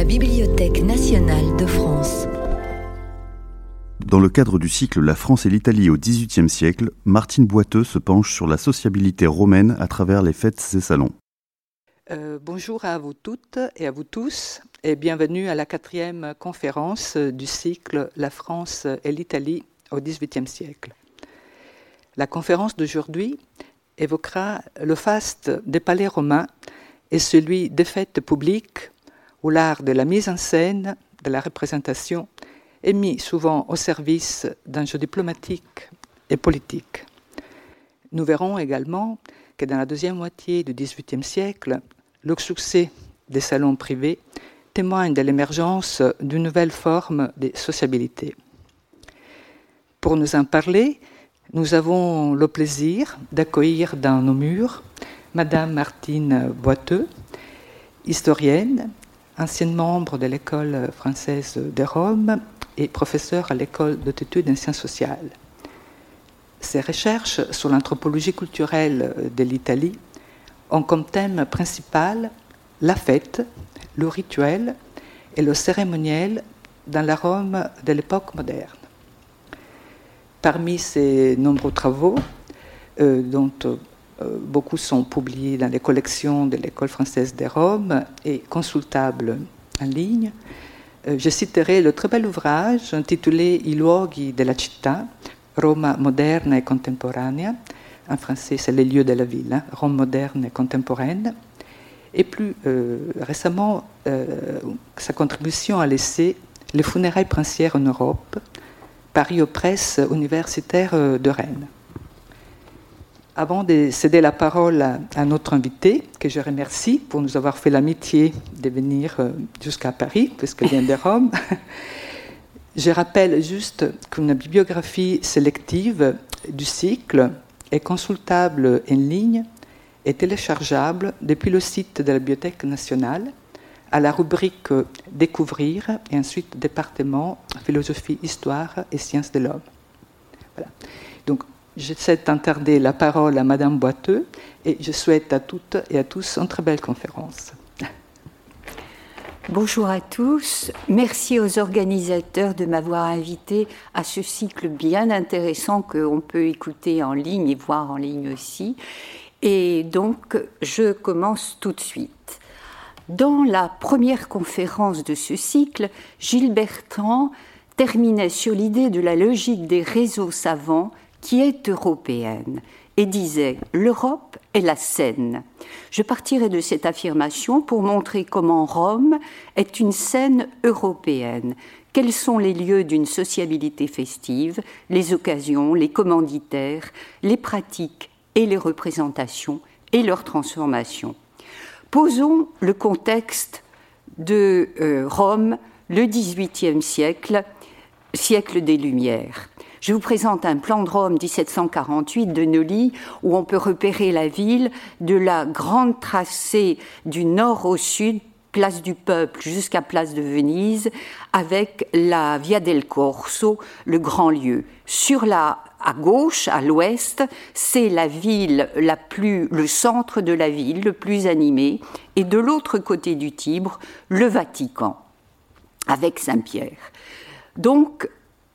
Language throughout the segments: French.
la Bibliothèque nationale de France. Dans le cadre du cycle La France et l'Italie au XVIIIe siècle, Martine Boiteux se penche sur la sociabilité romaine à travers les fêtes et salons. Bonjour à vous toutes et à vous tous et bienvenue à la 4e conférence du cycle La France et l'Italie au XVIIIe siècle. La conférence d'aujourd'hui évoquera le faste des palais romains et celui des fêtes publiques où l'art de la mise en scène, de la représentation est mis souvent au service d'un jeu diplomatique et politique. Nous verrons également que dans la deuxième moitié du XVIIIe siècle, le succès des salons privés témoigne de l'émergence d'une nouvelle forme de sociabilité. Pour nous en parler, nous avons le plaisir d'accueillir dans nos murs Madame Martine Boiteux, historienne, ancienne membre de l'École française de Rome et professeure à l'École d'études en sciences sociales. Ses recherches sur l'anthropologie culturelle de l'Italie ont comme thème principal la fête, le rituel et le cérémoniel dans la Rome de l'époque moderne. Parmi ces nombreux travaux, dont beaucoup sont publiés dans les collections de l'École française de Rome et consultables en ligne, je citerai le très bel ouvrage intitulé I luoghi della città, Roma moderna e contemporanea. En français, c'est les lieux de la ville, Rome moderne et contemporaine. Et plus récemment, sa contribution à l'essai Les funérailles princières en Europe, paru aux presses universitaires de Rennes. Avant de céder la parole à notre invité, que je remercie pour nous avoir fait l'amitié de venir jusqu'à Paris, puisqu'elle vient de Rome, je rappelle juste qu'une bibliographie sélective du cycle est consultable en ligne et téléchargeable depuis le site de la Bibliothèque nationale à la rubrique Découvrir et ensuite département Philosophie, Histoire et Sciences de l'Homme. Voilà. Donc, j'essaie d'interder la parole à Madame Boiteux et je souhaite à toutes et à tous une très belle conférence. Bonjour à tous. Merci aux organisateurs de m'avoir invité à ce cycle bien intéressant qu'on peut écouter en ligne et voir en ligne aussi. Et donc, je commence tout de suite. Dans la première conférence de ce cycle, Gilles Bertrand terminait sur l'idée de la logique des réseaux savants qui est européenne et disait « L'Europe est la scène ». Je partirai de cette affirmation pour montrer comment Rome est une scène européenne. Quels sont les lieux d'une sociabilité festive, les occasions, les commanditaires, les pratiques et les représentations et leurs transformations. Posons le contexte de Rome, le XVIIIe siècle, siècle des Lumières. Je vous présente un plan de Rome 1748 de Noli où on peut repérer la ville de la grande tracée du nord au sud, place du Peuple jusqu'à place de Venise, avec la Via del Corso, le grand lieu. À gauche, à l'ouest, c'est la ville le centre de la ville, le plus animé, et de l'autre côté du Tibre, le Vatican, avec Saint-Pierre. Donc,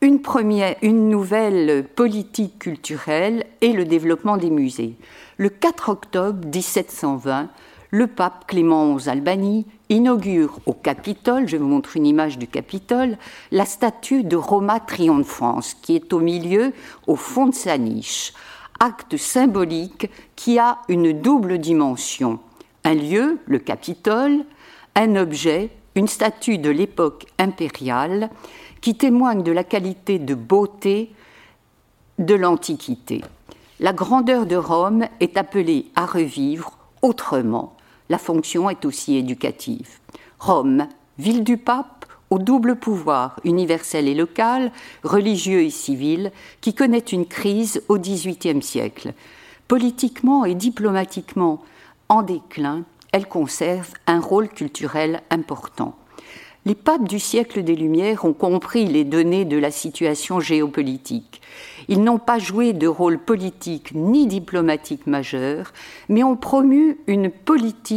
une nouvelle politique culturelle et le développement des musées. Le 4 octobre 1720, le pape Clément XI Albani inaugure au Capitole, je vous montre une image du Capitole, la statue de Roma Triomphans, qui est au milieu, au fond de sa niche. Acte symbolique qui a une double dimension. Un lieu, le Capitole, un objet, une statue de l'époque impériale, qui témoigne de la qualité de beauté de l'Antiquité. La grandeur de Rome est appelée à revivre autrement. La fonction est aussi éducative. Rome, ville du pape, au double pouvoir universel et local, religieux et civil, qui connaît une crise au XVIIIe siècle. Politiquement et diplomatiquement en déclin, elle conserve un rôle culturel important. Les papes du siècle des Lumières ont compris les données de la situation géopolitique. Ils n'ont pas joué de rôle politique ni diplomatique majeur, mais ont promu une politique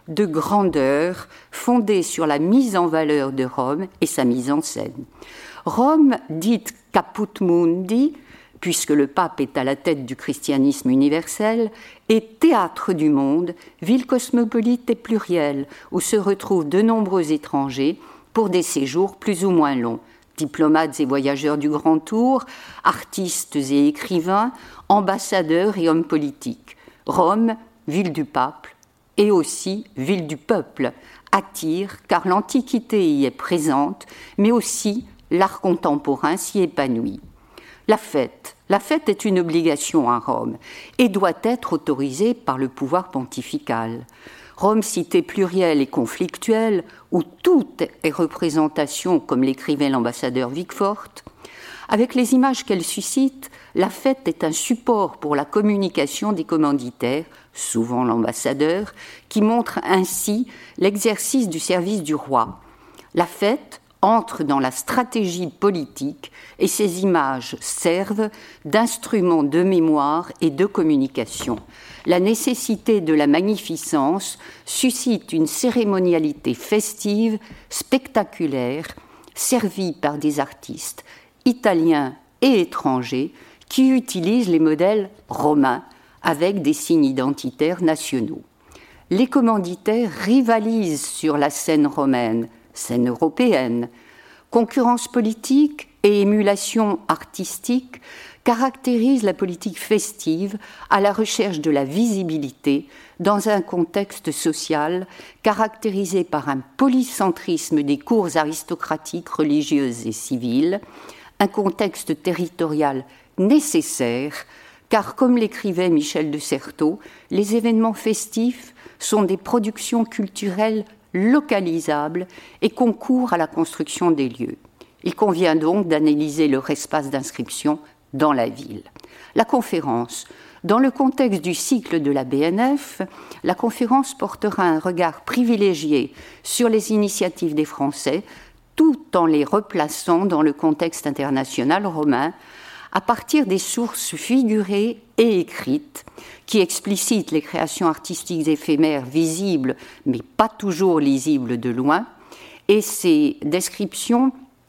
de grandeur fondée sur la mise en valeur de Rome et sa mise en scène. Rome, dite Caput Mundi, puisque le pape est à la tête du christianisme universel, est théâtre du monde, ville cosmopolite et plurielle, où se retrouvent de nombreux étrangers pour des séjours plus ou moins longs, diplomates et voyageurs du Grand Tour, artistes et écrivains, ambassadeurs et hommes politiques. Rome, ville du pape, et aussi ville du peuple, attire car l'Antiquité y est présente, mais aussi l'art contemporain s'y épanouit. La fête est une obligation à Rome et doit être autorisée par le pouvoir pontifical. Rome, cité plurielle et conflictuelle, où tout est représentation, comme l'écrivait l'ambassadeur Wigforth, avec les images qu'elle suscite, la fête est un support pour la communication des commanditaires, souvent l'ambassadeur, qui montre ainsi l'exercice du service du roi. La fête entre dans la stratégie politique et ces images servent d'instruments de mémoire et de communication. La nécessité de la magnificence suscite une cérémonialité festive, spectaculaire, servie par des artistes italiens et étrangers qui utilisent les modèles romains avec des signes identitaires nationaux. Les commanditaires rivalisent sur la scène romaine, scène européenne. Concurrence politique et émulation artistique caractérisent la politique festive à la recherche de la visibilité dans un contexte social caractérisé par un polycentrisme des cours aristocratiques, religieuses et civiles, un contexte territorial nécessaire, car comme l'écrivait Michel de Certeau, les événements festifs sont des productions culturelles localisables et concourent à la construction des lieux. Il convient donc d'analyser leur espace d'inscription dans la ville. La conférence. Dans le contexte du cycle de la BNF, la conférence portera un regard privilégié sur les initiatives des Français, tout en les replaçant dans le contexte international romain, à partir des sources figurées et écrites qui explicitent les créations artistiques éphémères visibles, mais pas toujours lisibles de loin, et ces descriptions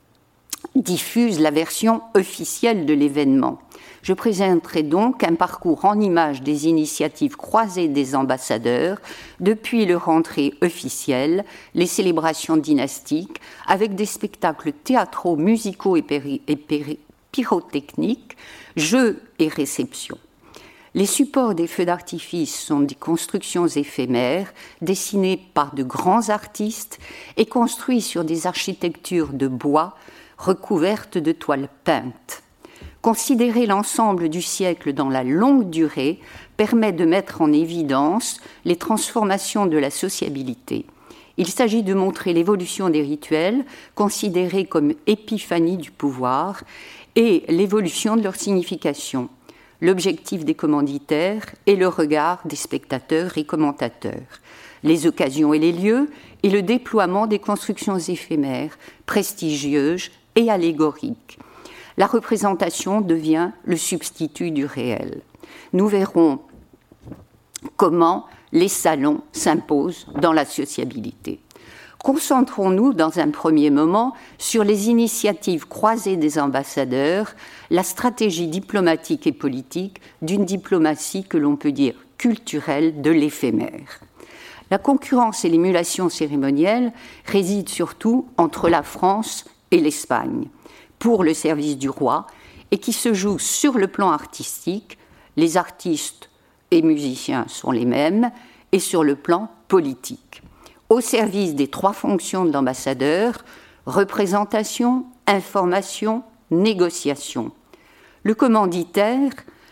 diffusent la version officielle de l'événement. Je présenterai donc un parcours en images des initiatives croisées des ambassadeurs depuis leur entrée officielle, les célébrations dynastiques, avec des spectacles théâtraux, musicaux et pyrotechniques, jeux et réceptions. Les supports des feux d'artifice sont des constructions éphémères dessinées par de grands artistes et construits sur des architectures de bois recouvertes de toiles peintes. Considérer l'ensemble du siècle dans la longue durée permet de mettre en évidence les transformations de la sociabilité. Il s'agit de montrer l'évolution des rituels, considérés comme épiphanie du pouvoir, et l'évolution de leur signification, l'objectif des commanditaires et le regard des spectateurs et commentateurs, les occasions et les lieux, et le déploiement des constructions éphémères, prestigieuses et allégoriques. La représentation devient le substitut du réel. Nous verrons comment les salons s'imposent dans la sociabilité. Concentrons-nous dans un premier moment sur les initiatives croisées des ambassadeurs, la stratégie diplomatique et politique d'une diplomatie que l'on peut dire culturelle de l'éphémère. La concurrence et l'émulation cérémonielle résident surtout entre la France et l'Espagne, pour le service du roi, et qui se joue sur le plan artistique, les artistes et musiciens sont les mêmes, et sur le plan politique. Au service des trois fonctions de l'ambassadeur, représentation, information, négociation. Le commanditaire,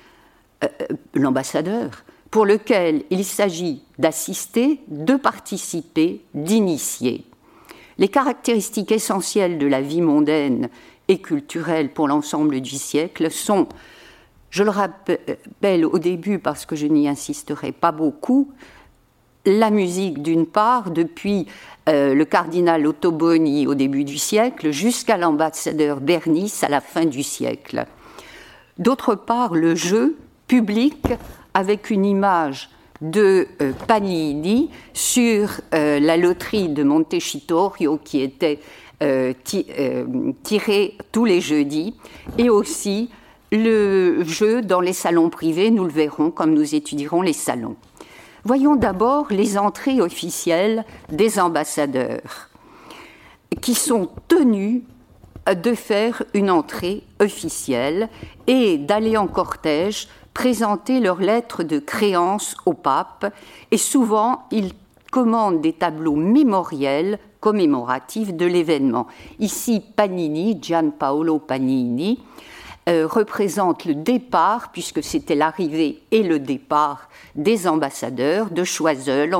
l'ambassadeur, pour lequel il s'agit d'assister, de participer, d'initier. Les caractéristiques essentielles de la vie mondaine et culturelle pour l'ensemble du siècle sont, je le rappelle au début parce que je n'y insisterai pas beaucoup, la musique d'une part, depuis le cardinal Ottoboni au début du siècle jusqu'à l'ambassadeur Bernis à la fin du siècle. D'autre part, le jeu public avec une image de Panini sur la loterie de Montecitorio qui était tirée tous les jeudis, et aussi le jeu dans les salons privés, nous le verrons comme nous étudierons les salons. Voyons d'abord les entrées officielles des ambassadeurs, qui sont tenus de faire une entrée officielle et d'aller en cortège présenter leurs lettres de créance au pape, et souvent ils commandent des tableaux mémoriels commémoratifs de l'événement. Ici, Panini, Gianpaolo Panini, représente le départ, puisque c'était l'arrivée et le départ des ambassadeurs de Choiseul en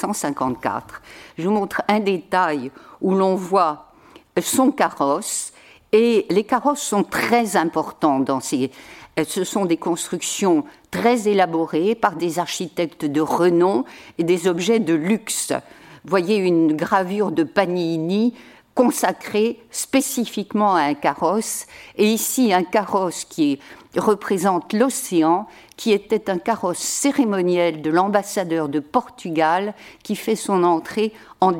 1754. Je vous montre un détail où l'on voit son carrosse, et les carrosses sont très importants dans ces... Ce sont des constructions très élaborées par des architectes de renom et des objets de luxe. Voyez une gravure de Panini consacrée spécifiquement à un carrosse, et ici un carrosse qui représente l'océan, qui était un carrosse cérémoniel de l'ambassadeur de Portugal qui fait son entrée en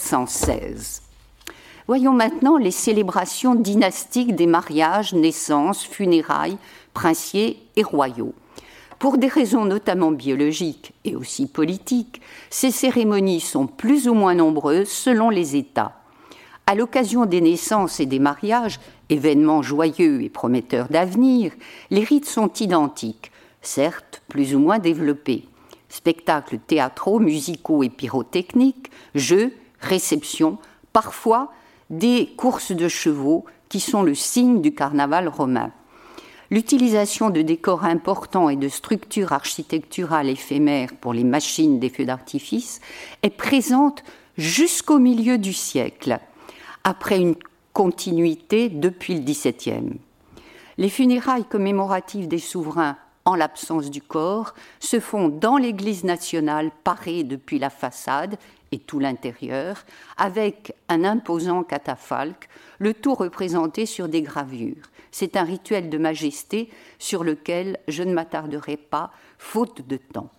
1716. Voyons maintenant les célébrations dynastiques des mariages, naissances, funérailles, princiers et royaux. Pour des raisons notamment biologiques et aussi politiques, ces cérémonies sont plus ou moins nombreuses selon les États. À l'occasion des naissances et des mariages, événements joyeux et prometteurs d'avenir, les rites sont identiques, certes plus ou moins développés. Spectacles théâtraux, musicaux et pyrotechniques, jeux, réceptions, parfois des courses de chevaux qui sont le signe du carnaval romain. L'utilisation de décors importants et de structures architecturales éphémères pour les machines des feux d'artifice est présente jusqu'au milieu du siècle, après une continuité depuis le XVIIe. Les funérailles commémoratives des souverains en l'absence du corps se font dans l'église nationale parée depuis la façade et tout l'intérieur, avec un imposant catafalque, le tout représenté sur des gravures. C'est un rituel de majesté sur lequel je ne m'attarderai pas, faute de temps.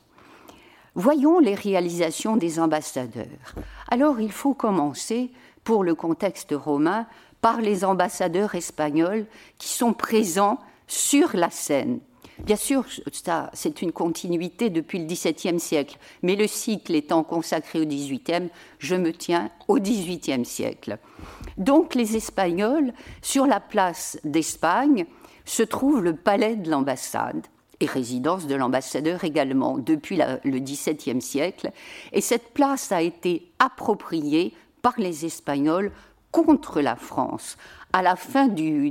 Voyons les réalisations des ambassadeurs. Alors, il faut commencer, pour le contexte romain, par les ambassadeurs espagnols qui sont présents sur la scène. Bien sûr, ça, c'est une continuité depuis le XVIIe siècle, mais le cycle étant consacré au XVIIIe, je me tiens au XVIIIe siècle. Donc, les Espagnols, sur la place d'Espagne, se trouve le palais de l'ambassade, et résidence de l'ambassadeur également, depuis le XVIIe siècle, et cette place a été appropriée par les Espagnols contre la France. À la fin du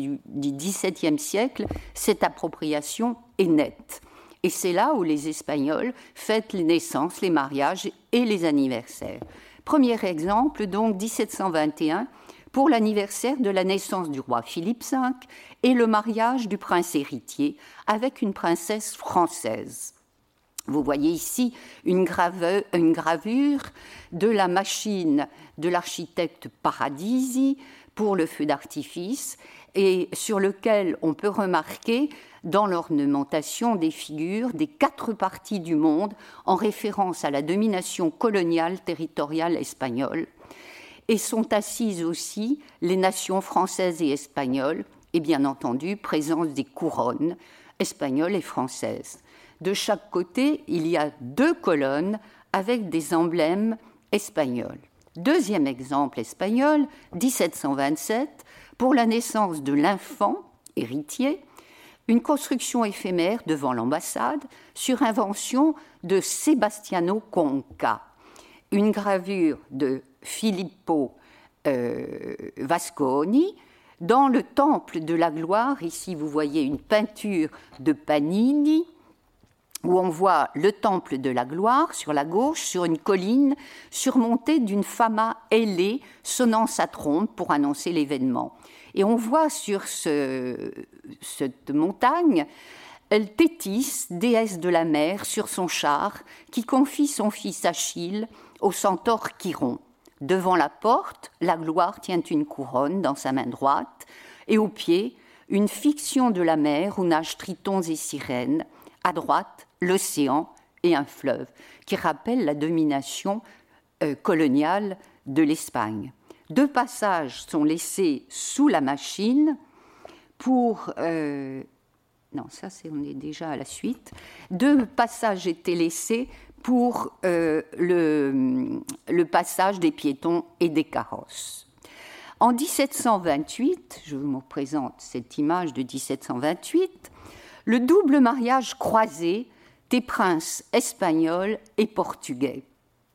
XVIIe siècle, cette appropriation est nette. Et c'est là où les Espagnols fêtent les naissances, les mariages et les anniversaires. Premier exemple, donc 1721, pour l'anniversaire de la naissance du roi Philippe V et le mariage du prince héritier avec une princesse française. Vous voyez ici une gravure de la machine de l'architecte Paradisi pour le feu d'artifice, et sur lequel on peut remarquer dans l'ornementation des figures des 4 parties du monde en référence à la domination coloniale territoriale espagnole. Et sont assises aussi les nations françaises et espagnoles, et bien entendu présence des couronnes espagnoles et françaises. De chaque côté, il y a 2 colonnes avec des emblèmes espagnols. Deuxième exemple espagnol, 1727, pour la naissance de l'infant héritier, une construction éphémère devant l'ambassade sur invention de Sebastiano Conca, une gravure de Filippo Vasconi dans le temple de la gloire. Ici, vous voyez une peinture de Panini où on voit le temple de la gloire sur la gauche, sur une colline surmontée d'une fama ailée sonnant sa trompe pour annoncer l'événement. Et on voit sur cette montagne Thétis, déesse de la mer, sur son char, qui confie son fils Achille au centaure Chiron. Devant la porte, la gloire tient une couronne dans sa main droite, et au pied, une fiction de la mer où nagent tritons et sirènes. À droite, l'océan et un fleuve, qui rappelle la domination coloniale de l'Espagne. 2 passages sont laissés sous la machine pour... non, ça, on est déjà à la suite. 2 passages étaient laissés pour le passage des piétons et des carrosses. En 1728, je vous présente cette image de 1728, le double mariage croisé des princes espagnols et portugais,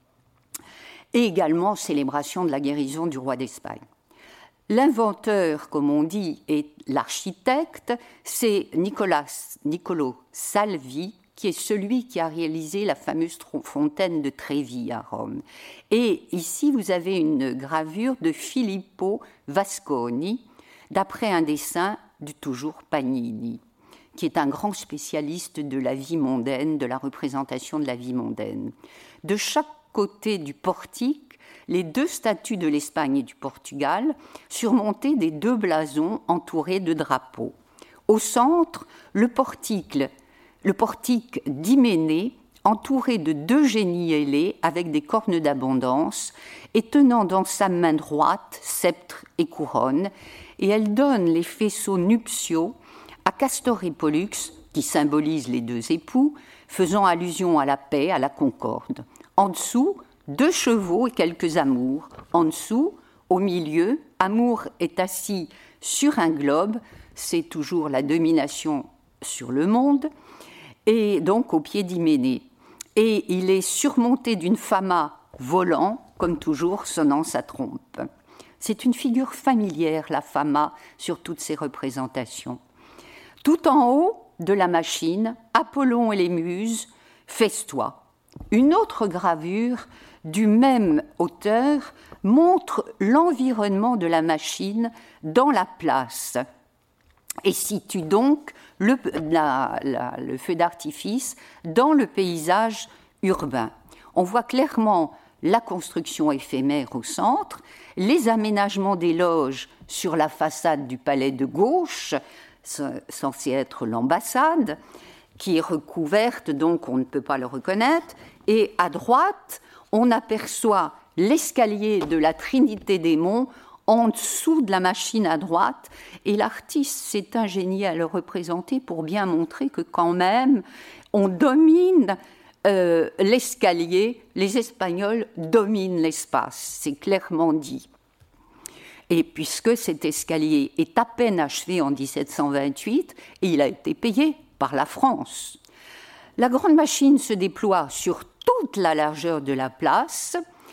et également célébration de la guérison du roi d'Espagne. L'inventeur, comme on dit, et l'architecte, c'est Niccolo Salvi, qui est celui qui a réalisé la fameuse fontaine de Trévi à Rome. Et ici, vous avez une gravure de Filippo Vasconi, d'après un dessin de toujours Pagnini, qui est un grand spécialiste de la vie mondaine, de la représentation de la vie mondaine. De chaque côté du portique, les 2 statues de l'Espagne et du Portugal, surmontées des 2 blasons entourés de drapeaux. Au centre, le portique d'Hyménée, entouré de 2 génies ailés avec des cornes d'abondance, et tenant dans sa main droite sceptre et couronne, et elle donne les faisceaux nuptiaux à Castor et Pollux, qui symbolisent les 2 époux, faisant allusion à la paix, à la concorde. En dessous, 2 chevaux et quelques amours. En dessous, au milieu, Amour est assis sur un globe, c'est toujours la domination sur le monde, et donc au pied d'Hyménée. Et il est surmonté d'une fama volant, comme toujours sonnant sa trompe. C'est une figure familière, la fama, sur toutes ces représentations. Tout en haut de la machine, Apollon et les muses, festoient. Une autre gravure du même auteur montre l'environnement de la machine dans la place et situe donc le feu d'artifice dans le paysage urbain. On voit clairement la construction éphémère au centre, les aménagements des loges sur la façade du palais de gauche, censé être l'ambassade, qui est recouverte, donc on ne peut pas le reconnaître, et à droite, on aperçoit l'escalier de la Trinité des Monts en dessous de la machine à droite, et l'artiste s'est ingénié à le représenter pour bien montrer que quand même, on domine l'escalier, les Espagnols dominent l'espace, c'est clairement dit. Et puisque cet escalier est à peine achevé en 1728, et il a été payé par la France. La grande machine se déploie sur toute la largeur de la place,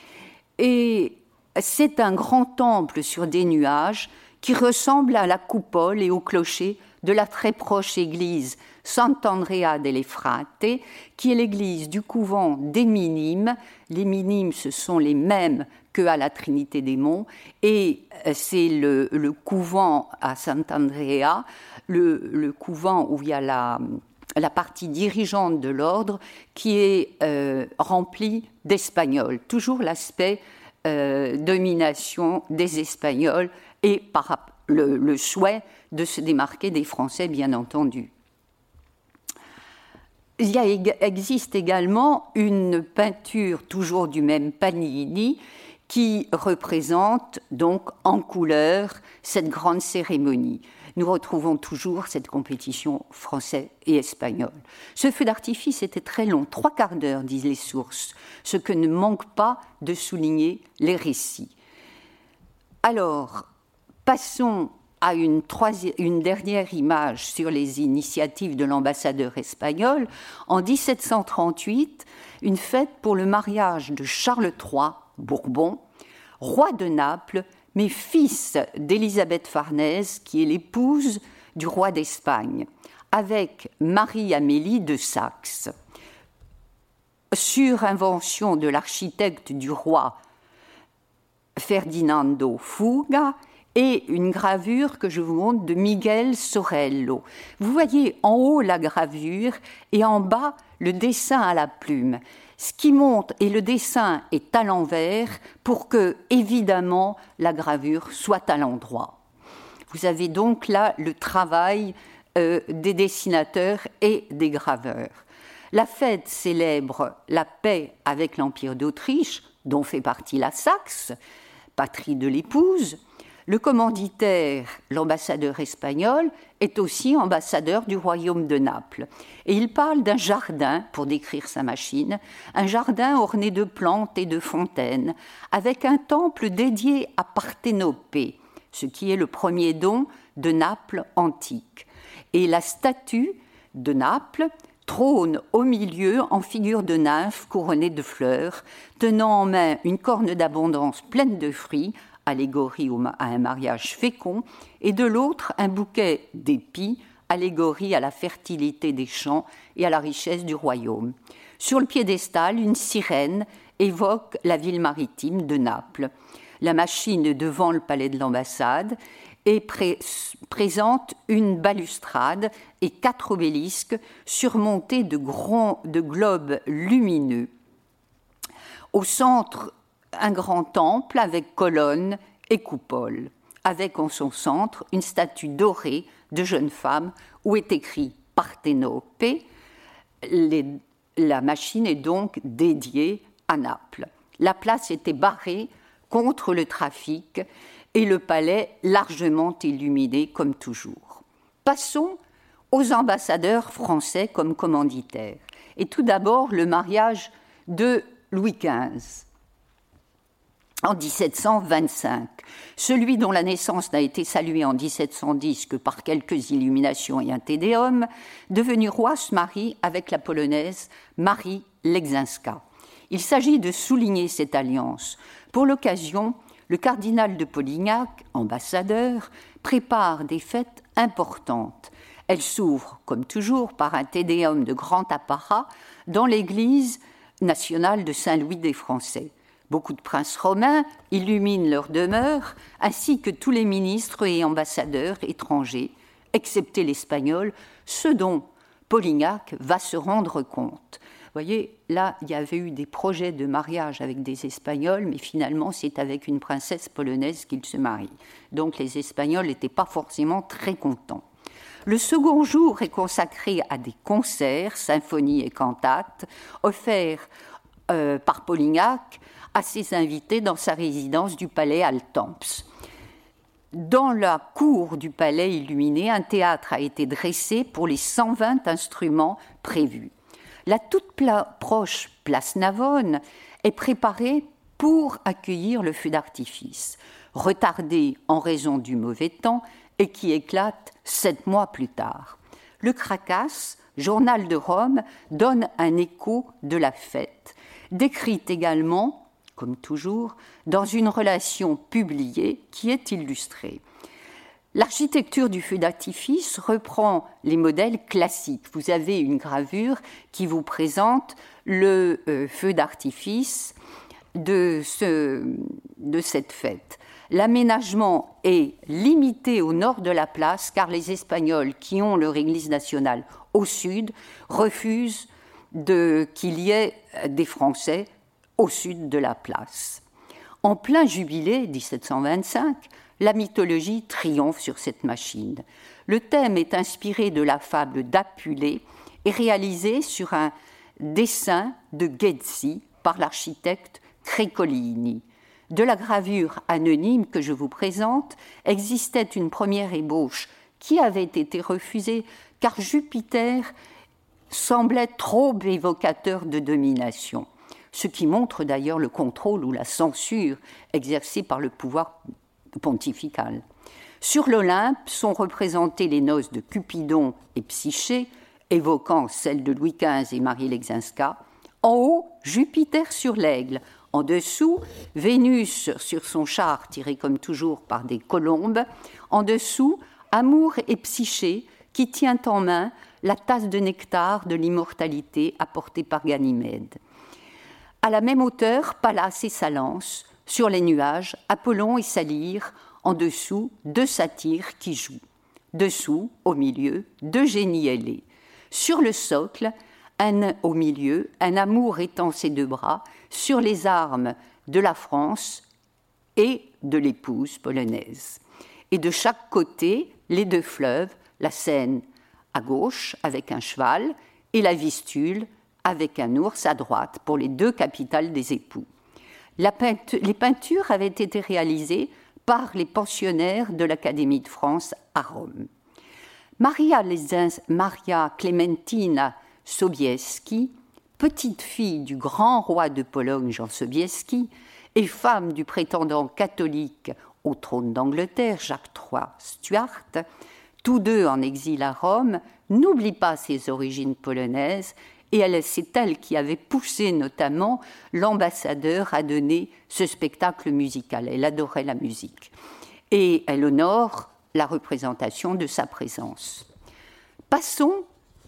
et c'est un grand temple sur des nuages qui ressemble à la coupole et au clocher de la très proche église Sant'Andrea delle Frate, qui est l'église du couvent des Minimes. Les Minimes, ce sont les mêmes qu'à la Trinité des Monts, et c'est le couvent à Sant'Andrea, le couvent où il y a la partie dirigeante de l'ordre qui est remplie d'Espagnols. Toujours l'aspect domination des Espagnols et le souhait de se démarquer des Français, bien entendu. Il existe également une peinture, toujours du même Pagnini, qui représente donc en couleur cette grande cérémonie. Nous retrouvons toujours cette compétition français et espagnole. Ce feu d'artifice était très long, 3/4 d'heure, disent les sources, ce que ne manque pas de souligner les récits. Alors, passons à une dernière image sur les initiatives de l'ambassadeur espagnol. En 1738, une fête pour le mariage de Charles III, Bourbon, roi de Naples, mais fils d'Élisabeth Farnèse, qui est l'épouse du roi d'Espagne, avec Marie-Amélie de Saxe. Sur invention de l'architecte du roi Ferdinando Fuga, et une gravure que je vous montre de Miguel Sorello. Vous voyez en haut la gravure et en bas le dessin à la plume. Ce qui montre, et le dessin est à l'envers pour que, évidemment, la gravure soit à l'endroit. Vous avez donc là le travail des dessinateurs et des graveurs. La fête célèbre la paix avec l'Empire d'Autriche, dont fait partie la Saxe, patrie de l'épouse. Le commanditaire, l'ambassadeur espagnol, est aussi ambassadeur du royaume de Naples. Et il parle d'un jardin, pour décrire sa machine, un jardin orné de plantes et de fontaines, avec un temple dédié à Parthénopée, ce qui est le premier don de Naples antique. Et la statue de Naples trône au milieu en figure de nymphe couronnée de fleurs, tenant en main une corne d'abondance pleine de fruits, allégorie à un mariage fécond, et de l'autre un bouquet d'épis, allégorie à la fertilité des champs et à la richesse du royaume. Sur le piédestal, une sirène évoque la ville maritime de Naples. La machine est devant le palais de l'ambassade et présente une balustrade et 4 obélisques surmontés de globes lumineux. Au centre, un grand temple avec colonnes et coupoles, avec en son centre une statue dorée de jeune femme où est écrit Parthénopée. La machine est donc dédiée à Naples. La place était barrée contre le trafic et le palais largement illuminé comme toujours. Passons aux ambassadeurs français comme commanditaires. Et tout d'abord, le mariage de Louis XV. En 1725, celui dont la naissance n'a été saluée en 1710 que par quelques illuminations et un tédéum, devenu roi, se marie avec la polonaise Marie Legzinska. Il s'agit de souligner cette alliance. Pour l'occasion, le cardinal de Polignac, ambassadeur, prépare des fêtes importantes. Elle s'ouvre, comme toujours, par un tédéum de grand apparat dans l'église nationale de Saint-Louis des Français. Beaucoup de princes romains illuminent leur demeure, ainsi que tous les ministres et ambassadeurs étrangers, excepté l'espagnol, ce dont Polignac va se rendre compte. Vous voyez, là, il y avait eu des projets de mariage avec des Espagnols, mais finalement, c'est avec une princesse polonaise qu'ils se marient. Donc, les Espagnols n'étaient pas forcément très contents. Le second jour est consacré à des concerts, symphonies et cantates, offerts par Polignac à ses invités dans sa résidence du palais Altemps. Dans la cour du palais illuminé, un théâtre a été dressé pour les 120 instruments prévus. La toute proche place Navone est préparée pour accueillir le feu d'artifice, retardé en raison du mauvais temps et qui éclate 7 mois plus tard. Le Cracas, journal de Rome, donne un écho de la fête, décrite également, comme toujours, dans une relation publiée qui est illustrée. L'architecture du feu d'artifice reprend les modèles classiques. Vous avez une gravure qui vous présente le feu d'artifice de cette fête. L'aménagement est limité au nord de la place car les Espagnols qui ont leur église nationale au sud refusent qu'il y ait des Français au sud de la place. En plein jubilé 1725, la mythologie triomphe sur cette machine. Le thème est inspiré de la fable d'Apulée et réalisé sur un dessin de Ghezzi par l'architecte Crecolini. De la gravure anonyme que je vous présente, existait une première ébauche qui avait été refusée car Jupiter semblait trop évocateur de domination, ce qui montre d'ailleurs le contrôle ou la censure exercée par le pouvoir pontifical. Sur l'Olympe sont représentées les noces de Cupidon et Psyché, évoquant celles de Louis XV et Marie Legzinska. En haut, Jupiter sur l'aigle. En dessous, Vénus sur son char tiré comme toujours par des colombes. En dessous, Amour et Psyché qui tient en main la tasse de nectar de l'immortalité apportée par Ganymède. À la même hauteur, Pallas et sa lance. Sur les nuages, Apollon et sa lyre. En dessous, 2 satyres qui jouent. Dessous, au milieu, 2 génies ailés. Sur le socle, au milieu, un amour étend ses 2 bras sur les armes de la France et de l'épouse polonaise. Et de chaque côté, les 2 fleuves, la Seine à gauche avec un cheval et la Vistule avec un ours à droite pour les 2 capitales des époux. Les peintures avaient été réalisées par les pensionnaires de l'Académie de France à Rome. Maria Clementina Sobieski, petite fille du grand roi de Pologne Jean Sobieski et femme du prétendant catholique au trône d'Angleterre Jacques III Stuart, tous deux en exil à Rome, n'oublie pas ses origines polonaises et c'est elle qui avait poussé notamment l'ambassadeur à donner ce spectacle musical. Elle adorait la musique et elle honore la représentation de sa présence. Passons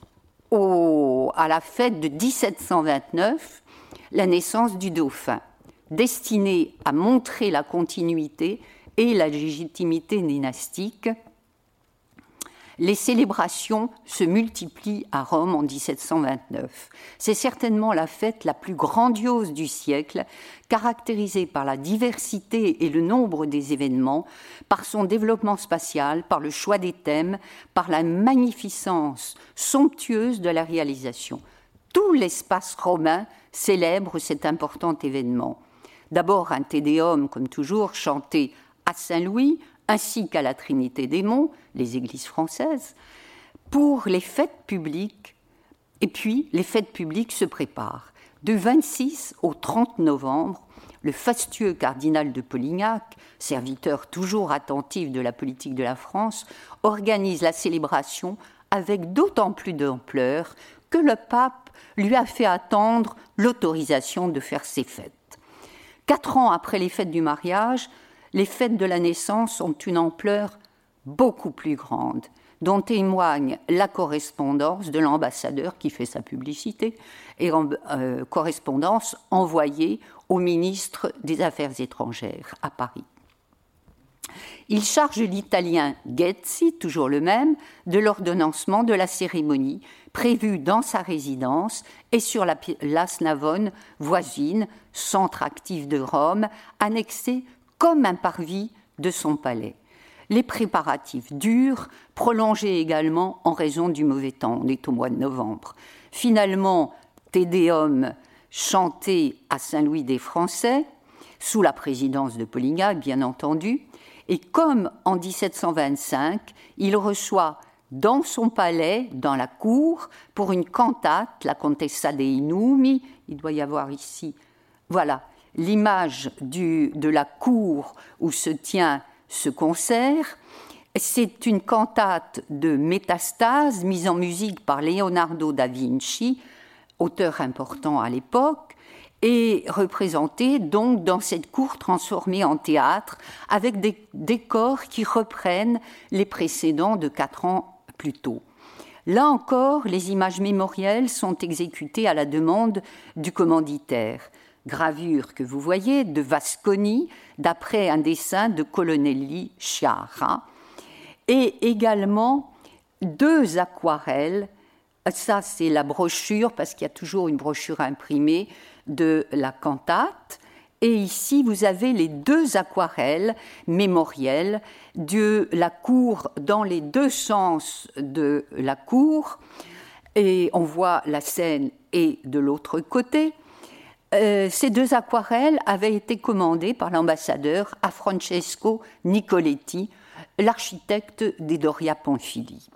à la fête de 1729, la naissance du dauphin, destinée à montrer la continuité et la légitimité dynastique. Les célébrations se multiplient à Rome en 1729. C'est certainement la fête la plus grandiose du siècle, caractérisée par la diversité et le nombre des événements, par son développement spatial, par le choix des thèmes, par la magnificence somptueuse de la réalisation. Tout l'espace romain célèbre cet important événement. D'abord un Te Deum, comme toujours, chanté à Saint-Louis, ainsi qu'à la Trinité des Monts, les églises françaises, pour les fêtes publiques. Et puis, les fêtes publiques se préparent. Du 26 au 30 novembre, le fastueux cardinal de Polignac, serviteur toujours attentif de la politique de la France, organise la célébration avec d'autant plus d'ampleur que le pape lui a fait attendre l'autorisation de faire ses fêtes. 4 ans après les fêtes du mariage, les fêtes de la naissance ont une ampleur beaucoup plus grande, dont témoigne la correspondance de l'ambassadeur qui fait sa publicité, et correspondance envoyée au ministre des Affaires étrangères à Paris. Il charge l'italien Ghezzi, toujours le même, de l'ordonnancement de la cérémonie prévue dans sa résidence et sur la place Navone voisine, centre actif de Rome, annexé comme un parvis de son palais. Les préparatifs durent, prolongés également en raison du mauvais temps. On est au mois de novembre. Finalement, Te Deum chanté à Saint-Louis des Français, sous la présidence de Polignac, bien entendu, et comme en 1725, il reçoit dans son palais, dans la cour, pour une cantate, la Contessa dei Numi, il doit y avoir ici, voilà, l'image de la cour où se tient ce concert. C'est une cantate de Métastase mise en musique par Leonardo da Vinci, auteur important à l'époque, et représentée donc dans cette cour transformée en théâtre avec des décors qui reprennent les précédents de 4 ans plus tôt. Là encore, les images mémorielles sont exécutées à la demande du commanditaire. Gravure que vous voyez de Vasconi, d'après un dessin de Colonnelli Sciarra, et également 2 aquarelles. Ça, c'est la brochure, parce qu'il y a toujours une brochure imprimée de la cantate. Et ici, vous avez les 2 aquarelles mémorielles de la cour dans les 2 sens de la cour. Et on voit la Seine et de l'autre côté. Ces 2 aquarelles avaient été commandées par l'ambassadeur à Francesco Nicoletti, l'architecte des Doria Pamphili.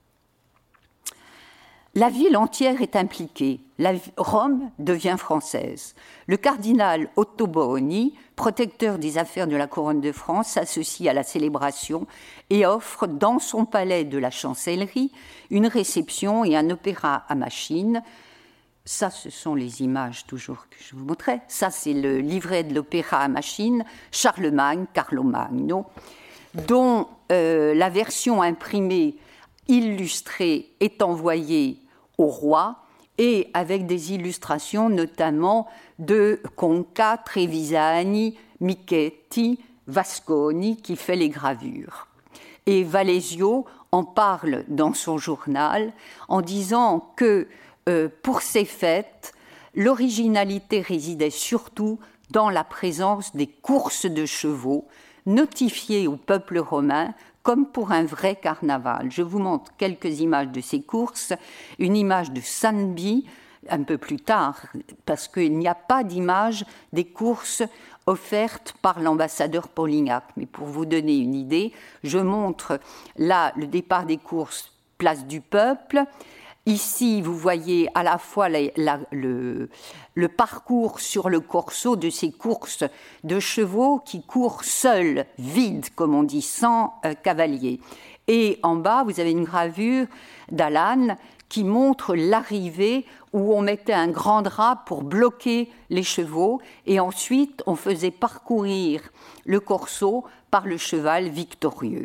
La ville entière est impliquée. Rome devient française. Le cardinal Ottoboni, protecteur des affaires de la couronne de France, s'associe à la célébration et offre dans son palais de la Chancellerie une réception et un opéra à machine. Ça, ce sont les images toujours que je vous montrais. Ça, c'est le livret de l'opéra à machine, Charlemagne, Carlo Magno, dont la version imprimée illustrée est envoyée au roi et avec des illustrations notamment de Conca, Trevisani, Michetti, Vasconi qui fait les gravures. Et Valesio en parle dans son journal en disant que pour ces fêtes, l'originalité résidait surtout dans la présence des courses de chevaux notifiées au peuple romain comme pour un vrai carnaval. Je vous montre quelques images de ces courses. Une image de Sanbi, un peu plus tard, parce qu'il n'y a pas d'image des courses offertes par l'ambassadeur Polignac. Mais pour vous donner une idée, je montre là le départ des courses, place du Peuple. Ici, vous voyez à la fois le parcours sur le corso de ces courses de chevaux qui courent seuls, vides, comme on dit, sans cavalier. Et en bas, vous avez une gravure d'Alan qui montre l'arrivée où on mettait un grand drap pour bloquer les chevaux et ensuite on faisait parcourir le corso par le cheval victorieux.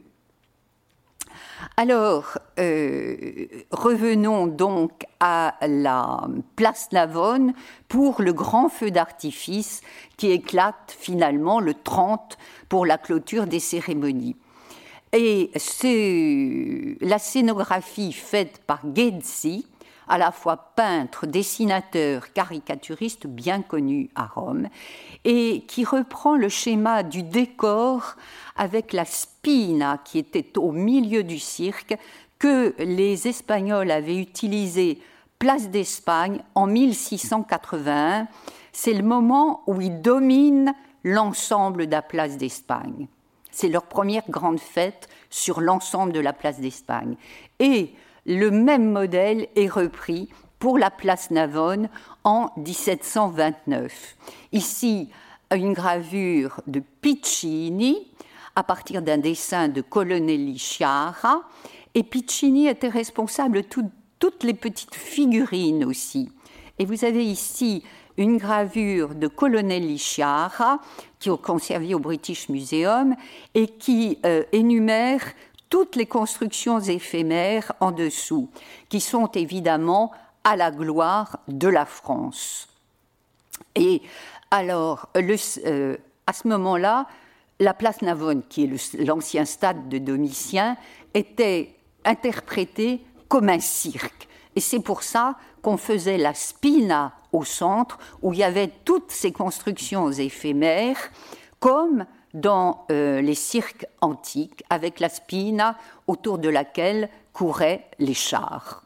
Alors, revenons donc à la place Navone pour le grand feu d'artifice qui éclate finalement le 30 pour la clôture des cérémonies. Et c'est la scénographie faite par Ghezzi, à la fois peintre, dessinateur, caricaturiste bien connu à Rome, et qui reprend le schéma du décor avec la spina qui était au milieu du cirque, que les Espagnols avaient utilisé place d'Espagne en 1681. C'est le moment où ils dominent l'ensemble de la place d'Espagne. C'est leur première grande fête sur l'ensemble de la place d'Espagne. Et le même modèle est repris pour la place Navone en 1729. Ici, une gravure de Piccini à partir d'un dessin de Colonnelli Sciarra. Et Piccini était responsable de toutes les petites figurines aussi. Et vous avez ici une gravure de Colonnelli Sciarra qui est conservée au British Museum et qui énumère toutes les constructions éphémères en dessous, qui sont évidemment à la gloire de la France. Et alors, à ce moment-là, la place Navone, qui est l'ancien stade de Domitien, était interprétée comme un cirque. Et c'est pour ça qu'on faisait la spina au centre, où il y avait toutes ces constructions éphémères, comme dans les cirques antiques, avec la spina autour de laquelle couraient les chars.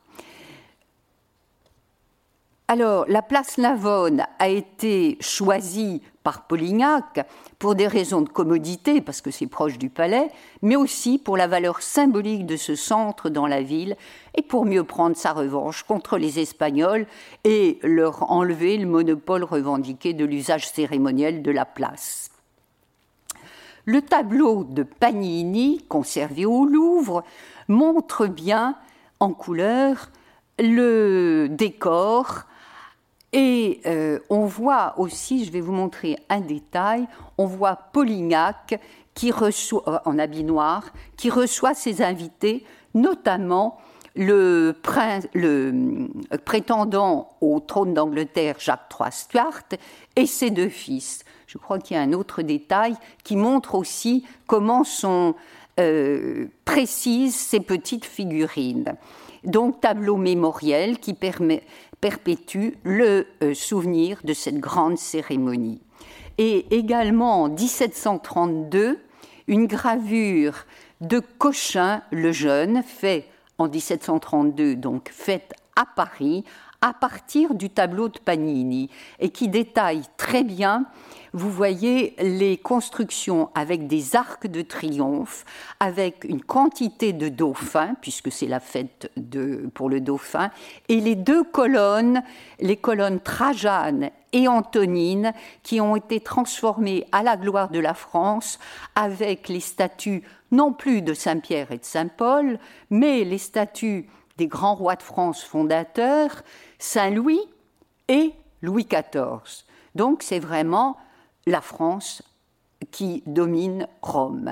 Alors, la place Navone a été choisie par Polignac pour des raisons de commodité, parce que c'est proche du palais, mais aussi pour la valeur symbolique de ce centre dans la ville et pour mieux prendre sa revanche contre les Espagnols et leur enlever le monopole revendiqué de l'usage cérémoniel de la place. Le tableau de Pagnini, conservé au Louvre, montre bien en couleur le décor. Et on voit aussi, je vais vous montrer un détail, on voit Polignac qui reçoit, en habit noir, qui reçoit ses invités, notamment le prétendant au trône d'Angleterre, Jacques III Stuart, et ses deux fils. Je crois qu'il y a un autre détail qui montre aussi comment sont précises ces petites figurines. Donc, tableau mémoriel qui perpétue le souvenir de cette grande cérémonie. Et également en 1732, une gravure de Cochin le Jeune, faite en 1732, donc faite à Paris, à partir du tableau de Pagnini, et qui détaille très bien, vous voyez, les constructions avec des arcs de triomphe, avec une quantité de dauphins, puisque c'est la fête pour le dauphin, et les deux colonnes, les colonnes Trajane et Antonine, qui ont été transformées à la gloire de la France, avec les statues non plus de Saint-Pierre et de Saint-Paul, mais les statues des grands rois de France fondateurs, Saint-Louis et Louis XIV. Donc c'est vraiment la France qui domine Rome.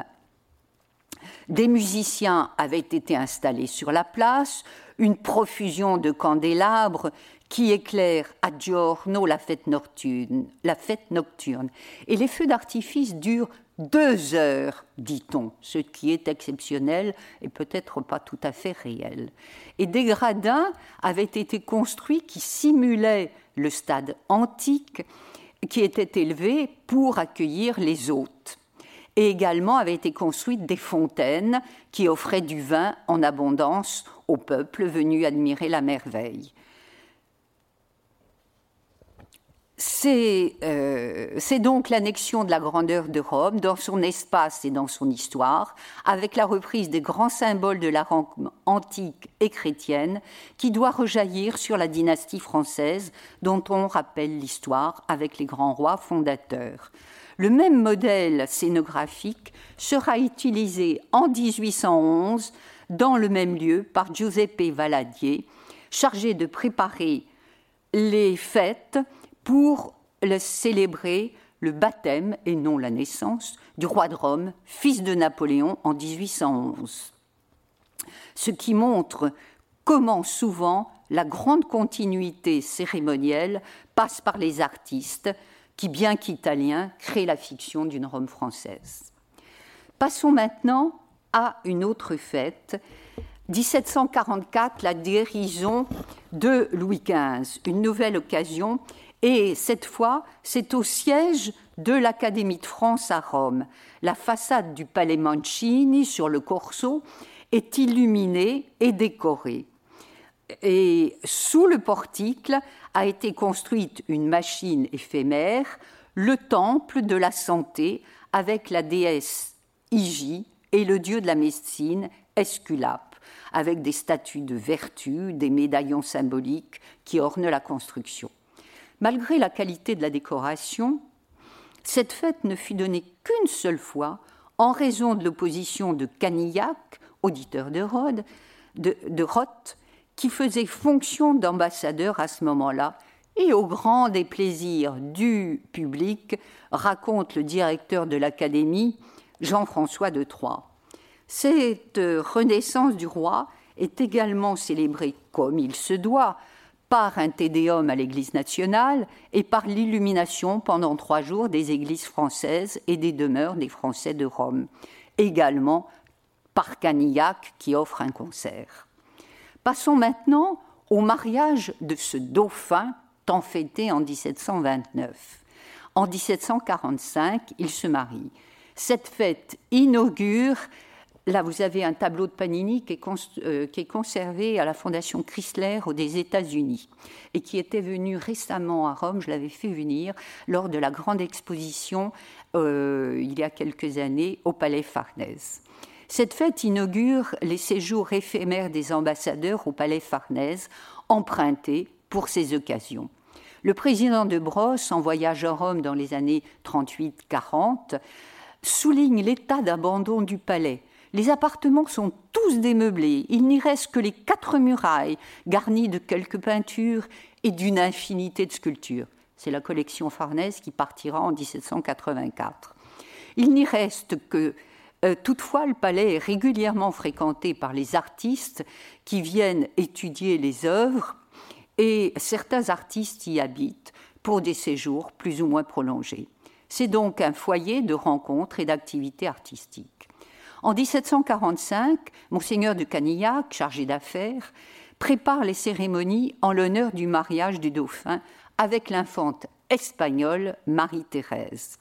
Des musiciens avaient été installés sur la place, une profusion de candélabres qui éclairent à giorno la fête nocturne. Et les feux d'artifice durent 2 heures, dit-on, ce qui est exceptionnel et peut-être pas tout à fait réel. Et des gradins avaient été construits qui simulaient le stade antique, qui était élevé pour accueillir les hôtes. Et également avaient été construites des fontaines qui offraient du vin en abondance au peuple venu admirer la merveille. C'est donc l'annexion de la grandeur de Rome dans son espace et dans son histoire, avec la reprise des grands symboles de la Rome antique et chrétienne, qui doit rejaillir sur la dynastie française dont on rappelle l'histoire avec les grands rois fondateurs. Le même modèle scénographique sera utilisé en 1811 dans le même lieu par Giuseppe Valadier, chargé de préparer les fêtes pour célébrer le baptême, et non la naissance, du roi de Rome, fils de Napoléon, en 1811. Ce qui montre comment souvent la grande continuité cérémonielle passe par les artistes qui, bien qu'italiens, créent la fiction d'une Rome française. Passons maintenant à une autre fête, 1744, la guérison de Louis XV, une nouvelle occasion. Et cette fois, c'est au siège de l'Académie de France à Rome. La façade du Palais Mancini, sur le Corso, est illuminée et décorée. Et sous le portique a été construite une machine éphémère, le temple de la santé, avec la déesse Hygie et le dieu de la médecine, Esculape, avec des statues de vertu, des médaillons symboliques qui ornent la construction. Malgré la qualité de la décoration, cette fête ne fut donnée qu'une seule fois en raison de l'opposition de Canillac, auditeur de Roth, qui faisait fonction d'ambassadeur à ce moment-là, et au grand déplaisir du public, raconte le directeur de l'Académie, Jean-François de Troyes. Cette renaissance du roi est également célébrée comme il se doit, par un tédéum à l'Église nationale et par l'illumination pendant 3 jours des églises françaises et des demeures des Français de Rome. Également par Canillac qui offre un concert. Passons maintenant au mariage de ce dauphin tant fêté en 1729. En 1745, il se marie. Cette fête inaugure. Là, vous avez un tableau de Panini qui est conservé à la Fondation Chrysler des États-Unis et qui était venu récemment à Rome. Je l'avais fait venir lors de la grande exposition il y a quelques années au Palais Farnèse. Cette fête inaugure les séjours éphémères des ambassadeurs au Palais Farnèse, empruntés pour ces occasions. Le président de Brosse, en voyage à Rome dans les années 38-40, souligne l'état d'abandon du palais. Les appartements sont tous démeublés, il n'y reste que les 4 murailles, garnies de quelques peintures et d'une infinité de sculptures. C'est la collection Farnèse qui partira en 1784. Il n'y reste que... toutefois, le palais est régulièrement fréquenté par les artistes qui viennent étudier les œuvres, et certains artistes y habitent pour des séjours plus ou moins prolongés. C'est donc un foyer de rencontres et d'activités artistiques. En 1745, Monseigneur de Canillac, chargé d'affaires, prépare les cérémonies en l'honneur du mariage du dauphin avec l'infante espagnole Marie-Thérèse.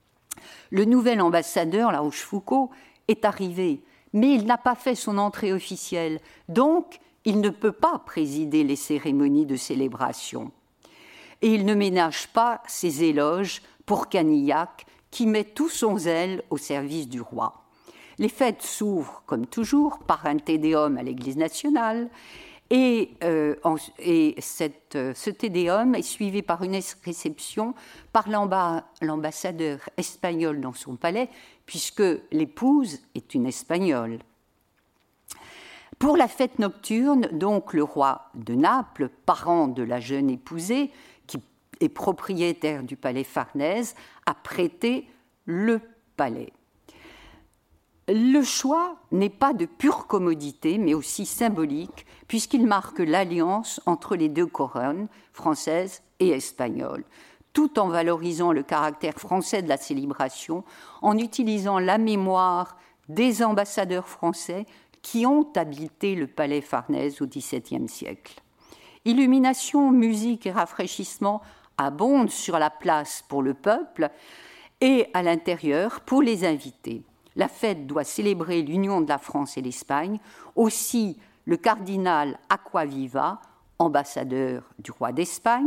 Le nouvel ambassadeur, La Rochefoucauld, est arrivé, mais il n'a pas fait son entrée officielle, donc il ne peut pas présider les cérémonies de célébration. Et il ne ménage pas ses éloges pour Canillac, qui met tout son zèle au service du roi. Les fêtes s'ouvrent, comme toujours, par un tédéum à l'Église nationale, et ce tédéum est suivi par une réception par l'ambassadeur espagnol dans son palais, puisque l'épouse est une Espagnole. Pour la fête nocturne, donc, le roi de Naples, parent de la jeune épousée, qui est propriétaire du palais Farnèse, a prêté le palais. Le choix n'est pas de pure commodité, mais aussi symbolique, puisqu'il marque l'alliance entre les 2 couronnes, française et espagnole, tout en valorisant le caractère français de la célébration, en utilisant la mémoire des ambassadeurs français qui ont habité le palais Farnèse au XVIIe siècle. Illumination, musique et rafraîchissement abondent sur la place pour le peuple et à l'intérieur pour les invités. La fête doit célébrer l'union de la France et l'Espagne. Aussi, le cardinal Acquaviva, ambassadeur du roi d'Espagne,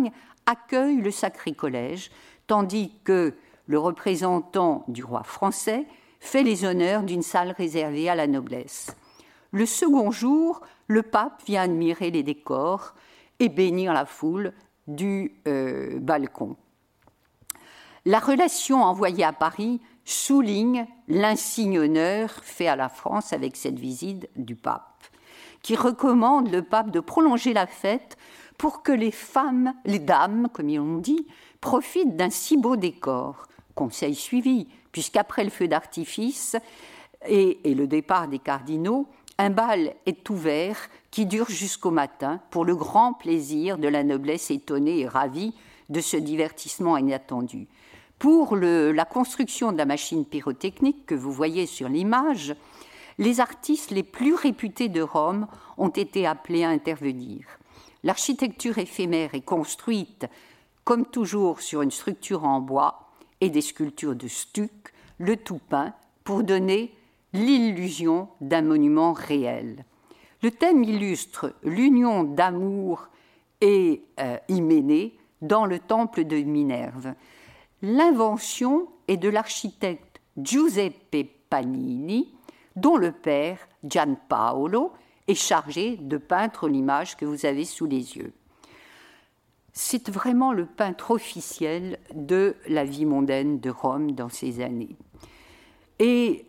accueille le Sacré Collège, tandis que le représentant du roi français fait les honneurs d'une salle réservée à la noblesse. Le second jour, le pape vient admirer les décors et bénir la foule du balcon. La relation envoyée à Paris souligne l'insigne honneur fait à la France avec cette visite du pape, qui recommande le pape de prolonger la fête pour que les femmes, les dames, comme ils l'ont dit, profitent d'un si beau décor. Conseil suivi, puisqu'après le feu d'artifice et le départ des cardinaux, un bal est ouvert qui dure jusqu'au matin pour le grand plaisir de la noblesse étonnée et ravie de ce divertissement inattendu. Pour la construction de la machine pyrotechnique que vous voyez sur l'image, les artistes les plus réputés de Rome ont été appelés à intervenir. L'architecture éphémère est construite, comme toujours, sur une structure en bois et des sculptures de stuc, le tout peint, pour donner l'illusion d'un monument réel. Le thème illustre l'union d'Amour et Hyménée dans le temple de Minerve. L'invention est de l'architecte Giuseppe Panini, dont le père, Gianpaolo, est chargé de peindre l'image que vous avez sous les yeux. C'est vraiment le peintre officiel de la vie mondaine de Rome dans ces années. Et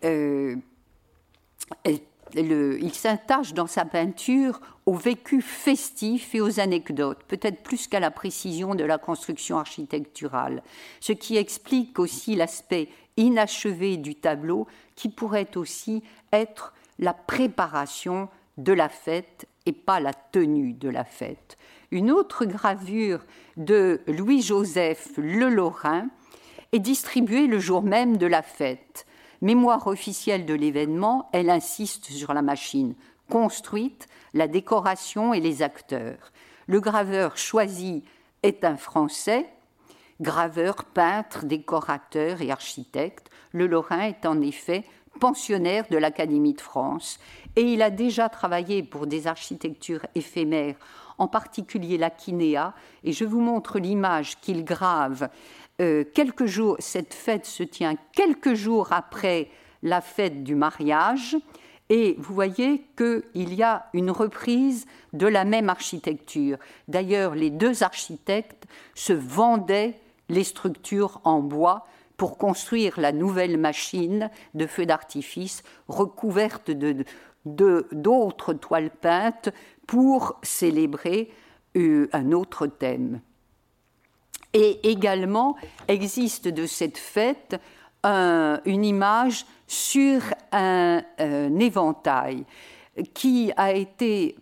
il s'attache dans sa peinture au vécu festif et aux anecdotes, peut-être plus qu'à la précision de la construction architecturale, ce qui explique aussi l'aspect inachevé du tableau qui pourrait aussi être la préparation de la fête et pas la tenue de la fête. Une autre gravure de Louis-Joseph Le Lorrain est distribuée le jour même de la fête. Mémoire officielle de l'événement, elle insiste sur la machine construite, la décoration et les acteurs. Le graveur choisi est un Français, graveur, peintre, décorateur et architecte. Le Lorrain est en effet pensionnaire de l'Académie de France et il a déjà travaillé pour des architectures éphémères, en particulier l'Aquinéa, et je vous montre l'image qu'il grave quelques jours. Cette fête se tient quelques jours après la fête du mariage et vous voyez qu'il y a une reprise de la même architecture. D'ailleurs, les deux architectes se vendaient les structures en bois pour construire la nouvelle machine de feu d'artifice recouverte d'autres toiles peintes pour célébrer un autre thème. Et également existe de cette fête une image sur un éventail qui a été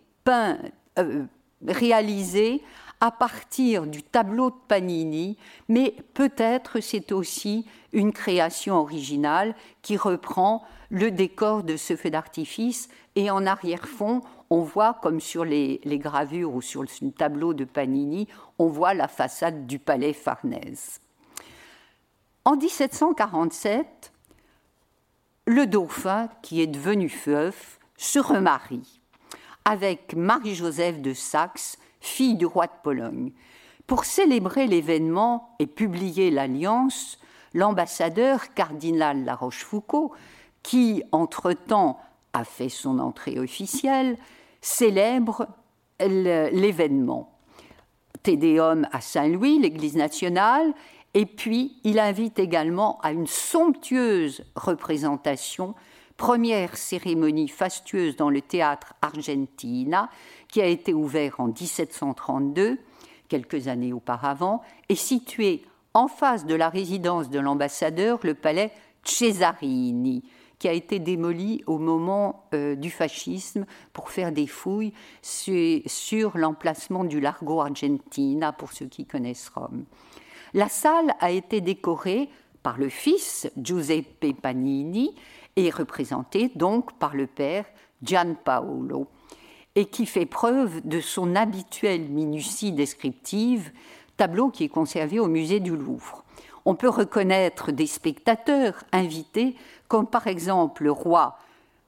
réalisé à partir du tableau de Panini, mais peut-être c'est aussi une création originale qui reprend le décor de ce feu d'artifice et en arrière-fond, on voit, comme sur les gravures ou sur le tableau de Panini, on voit la façade du palais Farnèse. En 1747, le dauphin, qui est devenu veuf, se remarie avec Marie-Joseph de Saxe, fille du roi de Pologne. Pour célébrer l'événement et publier l'alliance, l'ambassadeur cardinal La Rochefoucauld, qui entre-temps a fait son entrée officielle, célèbre l'événement. Te Deum à Saint-Louis, l'église nationale, et puis il invite également à une somptueuse représentation, première cérémonie fastueuse dans le théâtre Argentina, qui a été ouvert en 1732, quelques années auparavant, et située en face de la résidence de l'ambassadeur, le palais Cesarini, qui a été démoli au moment du fascisme pour faire des fouilles sur l'emplacement du Largo Argentina, pour ceux qui connaissent Rome. La salle a été décorée par le fils Giuseppe Panini et représentée donc par le père Gianpaolo, et qui fait preuve de son habituelle minutie descriptive, tableau qui est conservé au musée du Louvre. On peut reconnaître des spectateurs invités, comme par exemple le roi,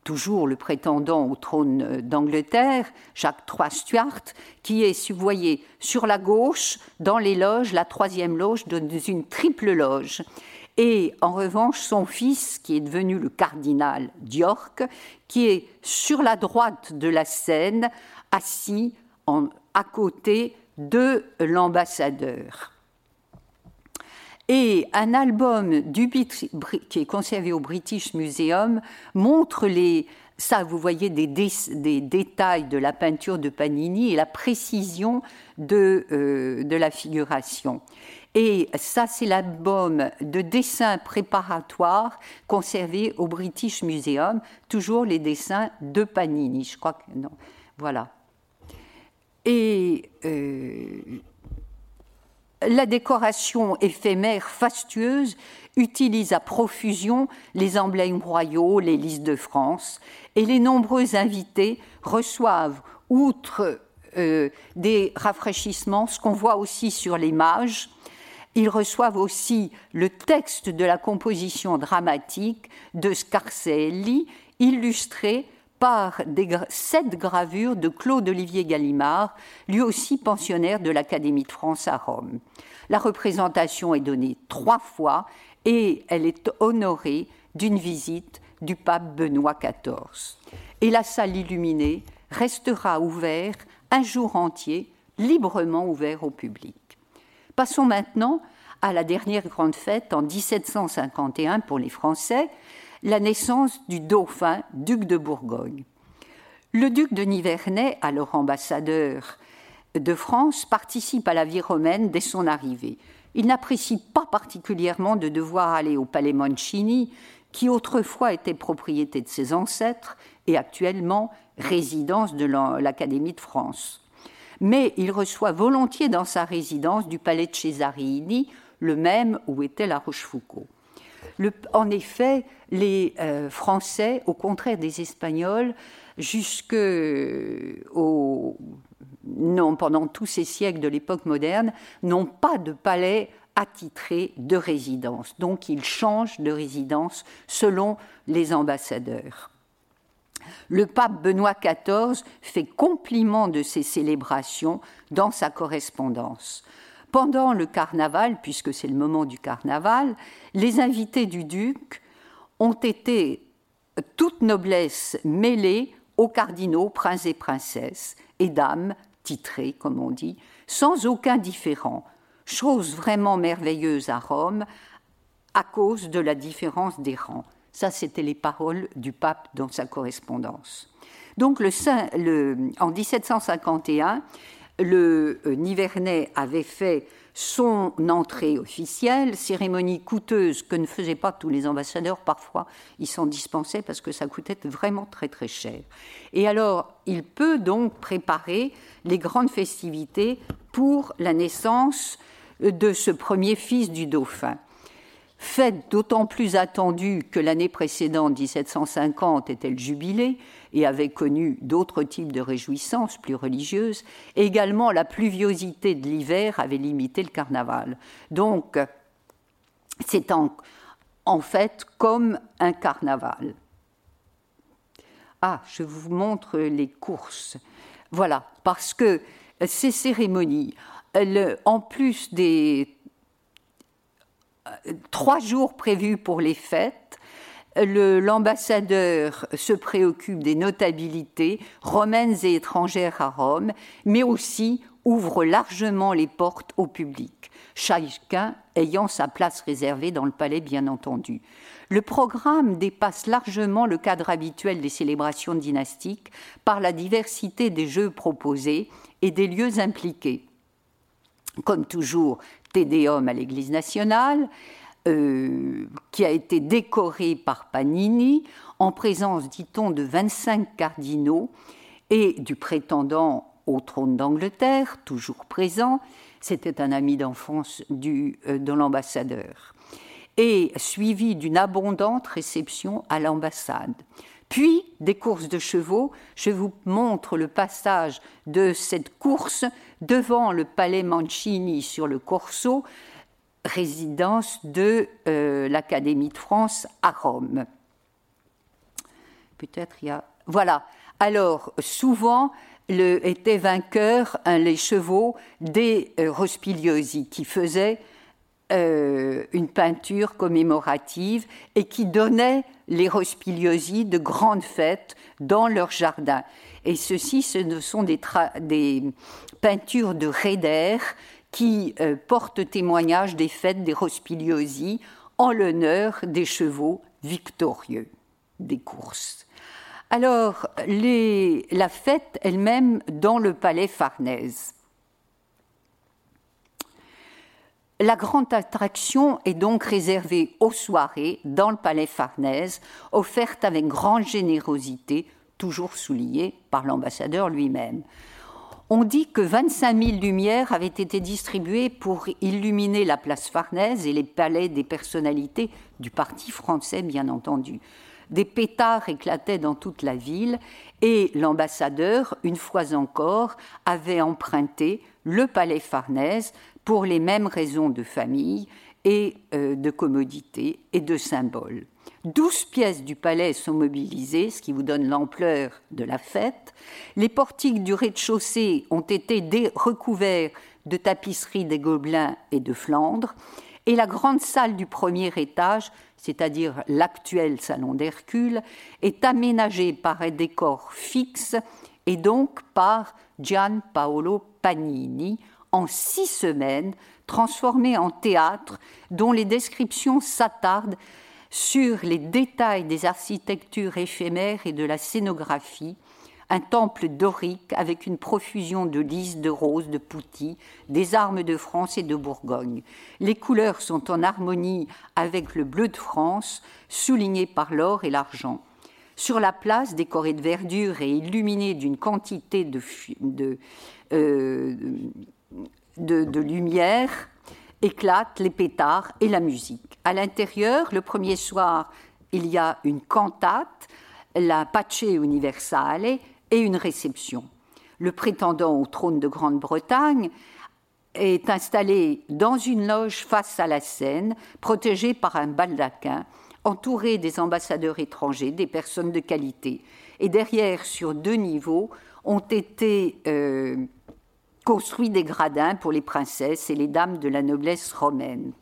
toujours le prétendant au trône d'Angleterre, Jacques III Stuart, qui est, vous voyez, sur la gauche, dans les loges, la troisième loge, dans une triple loge. Et en revanche, son fils, qui est devenu le cardinal d'York, qui est sur la droite de la scène, assis à côté de l'ambassadeur. Et un album qui est conservé au British Museum montre ça, vous voyez, des détails de la peinture de Panini et la précision de la figuration. Et ça, c'est l'album de dessins préparatoires conservé au British Museum, toujours les dessins de Panini, je crois que non. Voilà. Et la décoration éphémère fastueuse utilise à profusion les emblèmes royaux, les listes de France, et les nombreux invités reçoivent, outre des rafraîchissements, ce qu'on voit aussi sur les mages, ils reçoivent aussi le texte de la composition dramatique de Scarselli, illustré par 7 gravures de Claude-Olivier Gallimard, lui aussi pensionnaire de l'Académie de France à Rome. La représentation est donnée 3 fois et elle est honorée d'une visite du pape Benoît XIV. Et la salle illuminée restera ouverte un jour entier, librement ouvert au public. Passons maintenant à la dernière grande fête en 1751 pour les Français, la naissance du dauphin, duc de Bourgogne. Le duc de Nivernais, alors ambassadeur de France, participe à la vie romaine dès son arrivée. Il n'apprécie pas particulièrement de devoir aller au palais Mancini, qui autrefois était propriété de ses ancêtres et actuellement résidence de l'Académie de France. Mais il reçoit volontiers dans sa résidence du palais de Cesarini, le même où était la Rochefoucauld. En effet, les Français, au contraire des Espagnols, pendant tous ces siècles de l'époque moderne, n'ont pas de palais attitré de résidence. Donc, ils changent de résidence selon les ambassadeurs. Le pape Benoît XIV fait compliment de ces célébrations dans sa correspondance. Pendant le carnaval, puisque c'est le moment du carnaval, les invités du duc ont été toute noblesse mêlée aux cardinaux, princes et princesses, et dames titrées, comme on dit, sans aucun différend. Chose vraiment merveilleuse à Rome, à cause de la différence des rangs. Ça, c'était les paroles du pape dans sa correspondance. Donc, en 1751, le Nivernais avait fait son entrée officielle, cérémonie coûteuse que ne faisaient pas tous les ambassadeurs. Parfois, ils s'en dispensaient parce que ça coûtait vraiment très très cher. Et alors, il peut donc préparer les grandes festivités pour la naissance de ce premier fils du dauphin. Fête d'autant plus attendue que l'année précédente, 1750, était le jubilé et avait connu d'autres types de réjouissances plus religieuses. Et également, la pluviosité de l'hiver avait limité le carnaval. Donc, c'est en fait comme un carnaval. Ah, je vous montre les courses. Voilà, parce que ces cérémonies, en plus des 3 jours prévus pour les fêtes, l'ambassadeur se préoccupe des notabilités romaines et étrangères à Rome, mais aussi ouvre largement les portes au public, chacun ayant sa place réservée dans le palais, bien entendu. Le programme dépasse largement le cadre habituel des célébrations dynastiques par la diversité des jeux proposés et des lieux impliqués. Comme toujours, Te Deum à l'Église nationale, qui a été décoré par Panini, en présence, dit-on, de 25 cardinaux et du prétendant au trône d'Angleterre, toujours présent, c'était un ami d'enfance de l'ambassadeur, et suivi d'une abondante réception à l'ambassade. Puis, des courses de chevaux. Je vous montre le passage de cette course devant le palais Mancini sur le Corso, résidence de l'Académie de France à Rome. peut-être il y a... Voilà. Alors, souvent, étaient vainqueurs les chevaux des Rospigliosi, qui faisaient une peinture commémorative et qui donnaient les Rospigliosi de grandes fêtes dans leur jardin. Et ceci, ce sont des peintures de Raeder qui portent témoignage des fêtes des Rospigliosi en l'honneur des chevaux victorieux des courses. Alors, la fête elle-même dans le palais Farnèse. La grande attraction est donc réservée aux soirées dans le palais Farnèse, offertes avec grande générosité, toujours soulignée par l'ambassadeur lui-même. On dit que 25 000 lumières avaient été distribuées pour illuminer la place Farnèse et les palais des personnalités du parti français, bien entendu. Des pétards éclataient dans toute la ville et l'ambassadeur, une fois encore, avait emprunté le palais Farnèse pour les mêmes raisons de famille et de commodité et de symbole. 12 pièces du palais sont mobilisées, ce qui vous donne l'ampleur de la fête. Les portiques du rez-de-chaussée ont été recouverts de tapisseries des Gobelins et de Flandre, et la grande salle du premier étage, c'est-à-dire l'actuel salon d'Hercule, est aménagée par un décor fixe et donc par Gian Paolo Pagnini, en 6 semaines, transformé en théâtre dont les descriptions s'attardent sur les détails des architectures éphémères et de la scénographie, un temple dorique avec une profusion de lys, de roses, de poutis, des armes de France et de Bourgogne. Les couleurs sont en harmonie avec le bleu de France, souligné par l'or et l'argent. Sur la place, décorée de verdure et illuminée d'une quantité de lumière, éclatent les pétards et la musique. À l'intérieur, le premier soir, il y a une cantate, la Pace Universale, et une réception. Le prétendant au trône de Grande-Bretagne est installé dans une loge face à la Seine, protégé par un baldaquin, entouré des ambassadeurs étrangers, des personnes de qualité. Et derrière, sur 2 niveaux, ont été construits des gradins pour les princesses et les dames de la noblesse romaine,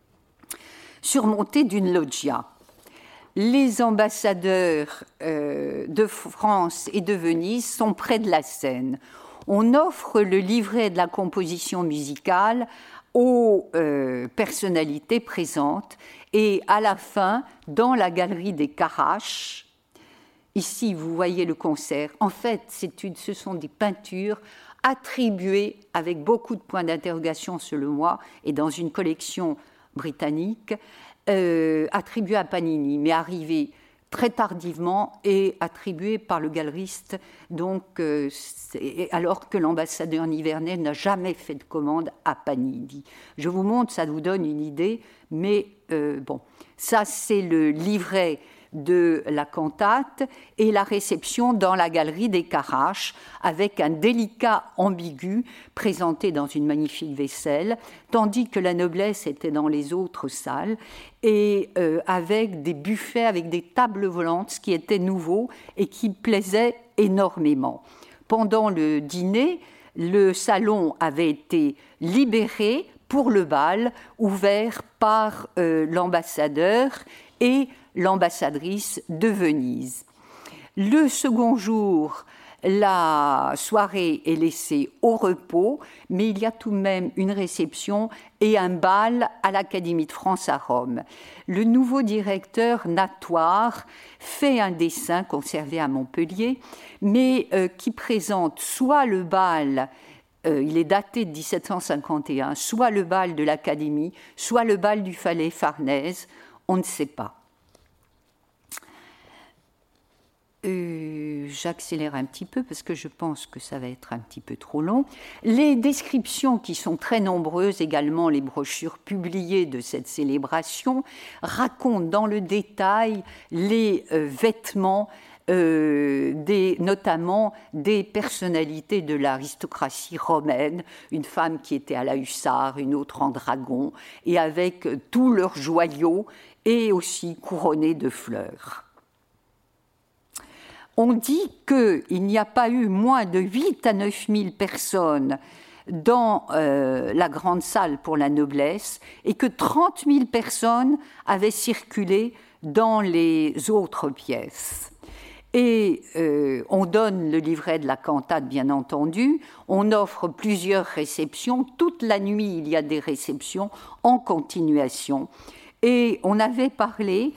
surmontés d'une loggia. Les ambassadeurs de France et de Venise sont près de la scène. On offre le livret de la composition musicale aux personnalités présentes et à la fin, dans la galerie des Caraches, ici vous voyez le concert, en fait ce sont des peintures attribuées avec beaucoup de points d'interrogation selon moi et dans une collection britannique, attribué à Panini, mais arrivé très tardivement et attribué par le galeriste, donc, alors que l'ambassadeur Nivernais n'a jamais fait de commande à Panini. Je vous montre, ça vous donne une idée, mais bon, ça c'est le livret de la cantate et la réception dans la galerie des Caraches avec un délicat ambigu présenté dans une magnifique vaisselle, tandis que la noblesse était dans les autres salles et avec des buffets, avec des tables volantes, ce qui était nouveau et qui plaisait énormément. Pendant le dîner, le salon avait été libéré pour le bal ouvert par l'ambassadeur et l'ambassadrice de Venise. Le second jour, la soirée est laissée au repos, mais il y a tout de même une réception et un bal à l'Académie de France à Rome. Le nouveau directeur Natoire fait un dessin conservé à Montpellier, mais qui présente soit le bal, il est daté de 1751, soit le bal de l'Académie, soit le bal du palais Farnèse, on ne sait pas. J'accélère un petit peu parce que je pense que ça va être un petit peu trop long. Les descriptions qui sont très nombreuses, également les brochures publiées de cette célébration, racontent dans le détail les vêtements notamment des personnalités de l'aristocratie romaine, une femme qui était à la hussard, une autre en dragon, et avec tous leurs joyaux et aussi couronnée de fleurs. On dit qu'il n'y a pas eu moins de 8 à 9 000 personnes dans la grande salle pour la noblesse et que 30 000 personnes avaient circulé dans les autres pièces. Et on donne le livret de la cantate, bien entendu, on offre plusieurs réceptions, toute la nuit il y a des réceptions en continuation. Et on avait parlé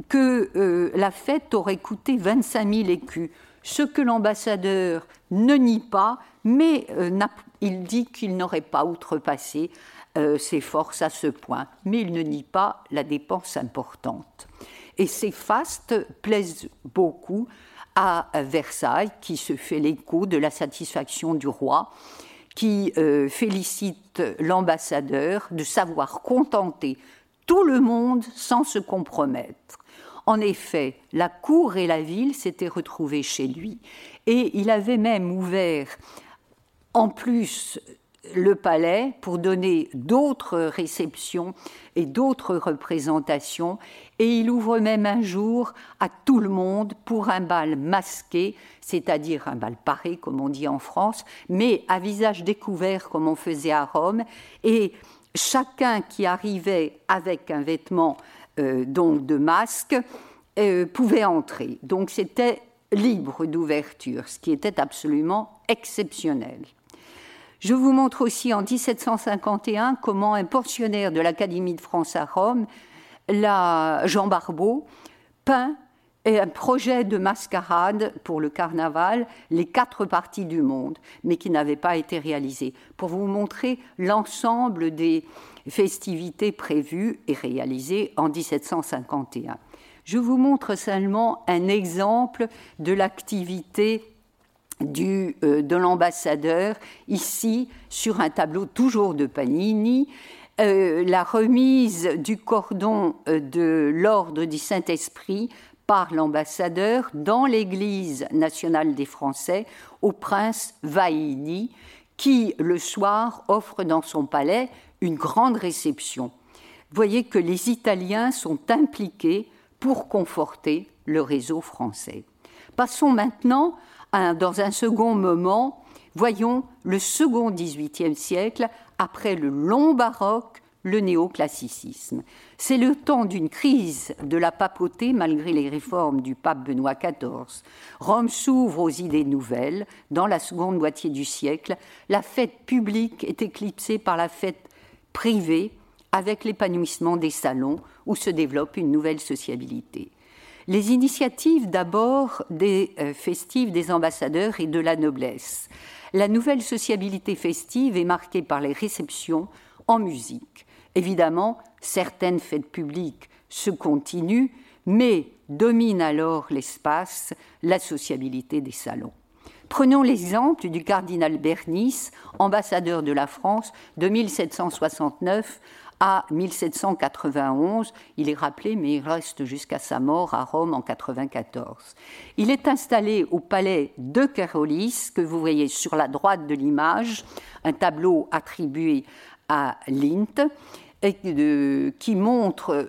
que la fête aurait coûté 25 000 écus, ce que l'ambassadeur ne nie pas, mais il dit qu'il n'aurait pas outrepassé ses forces à ce point, mais il ne nie pas la dépense importante. Et ces fastes plaisent beaucoup à Versailles, qui se fait l'écho de la satisfaction du roi, qui félicite l'ambassadeur de savoir contenter tout le monde sans se compromettre. En effet, la cour et la ville s'étaient retrouvées chez lui et il avait même ouvert en plus le palais pour donner d'autres réceptions et d'autres représentations, et il ouvre même un jour à tout le monde pour un bal masqué, c'est-à-dire un bal paré comme on dit en France, mais à visage découvert comme on faisait à Rome, et chacun qui arrivait avec un vêtement donc de masque pouvait entrer. Donc c'était libre d'ouverture, ce qui était absolument exceptionnel. Je vous montre aussi en 1751 comment un pensionnaire de l'Académie de France à Rome, Jean Barbeau, peint un projet de mascarade pour le carnaval, les 4 parties du monde, mais qui n'avait pas été réalisé, pour vous montrer l'ensemble des festivités prévues et réalisées en 1751. Je vous montre seulement un exemple de l'activité de l'ambassadeur, ici sur un tableau toujours de Panini, la remise du cordon de l'ordre du Saint-Esprit par l'ambassadeur dans l'église nationale des Français au prince Vaini, qui le soir offre dans son palais une grande réception. Vous voyez que les Italiens sont impliqués pour conforter le réseau français. Passons maintenant dans un second moment, voyons le second XVIIIe siècle, après le long baroque, le néoclassicisme. C'est le temps d'une crise de la papauté malgré les réformes du pape Benoît XIV. Rome s'ouvre aux idées nouvelles. Dans la seconde moitié du siècle, la fête publique est éclipsée par la fête privée avec l'épanouissement des salons où se développe une nouvelle sociabilité. Les initiatives d'abord des festives des ambassadeurs et de la noblesse. La nouvelle sociabilité festive est marquée par les réceptions en musique. Évidemment, certaines fêtes publiques se continuent, mais domine alors l'espace la sociabilité des salons. Prenons l'exemple du cardinal Bernis, ambassadeur de la France de 1769 à 1791. Il est rappelé, mais il reste jusqu'à sa mort à Rome en 94. Il est installé au palais de Carolis, que vous voyez sur la droite de l'image, un tableau attribué à Lint, qui montre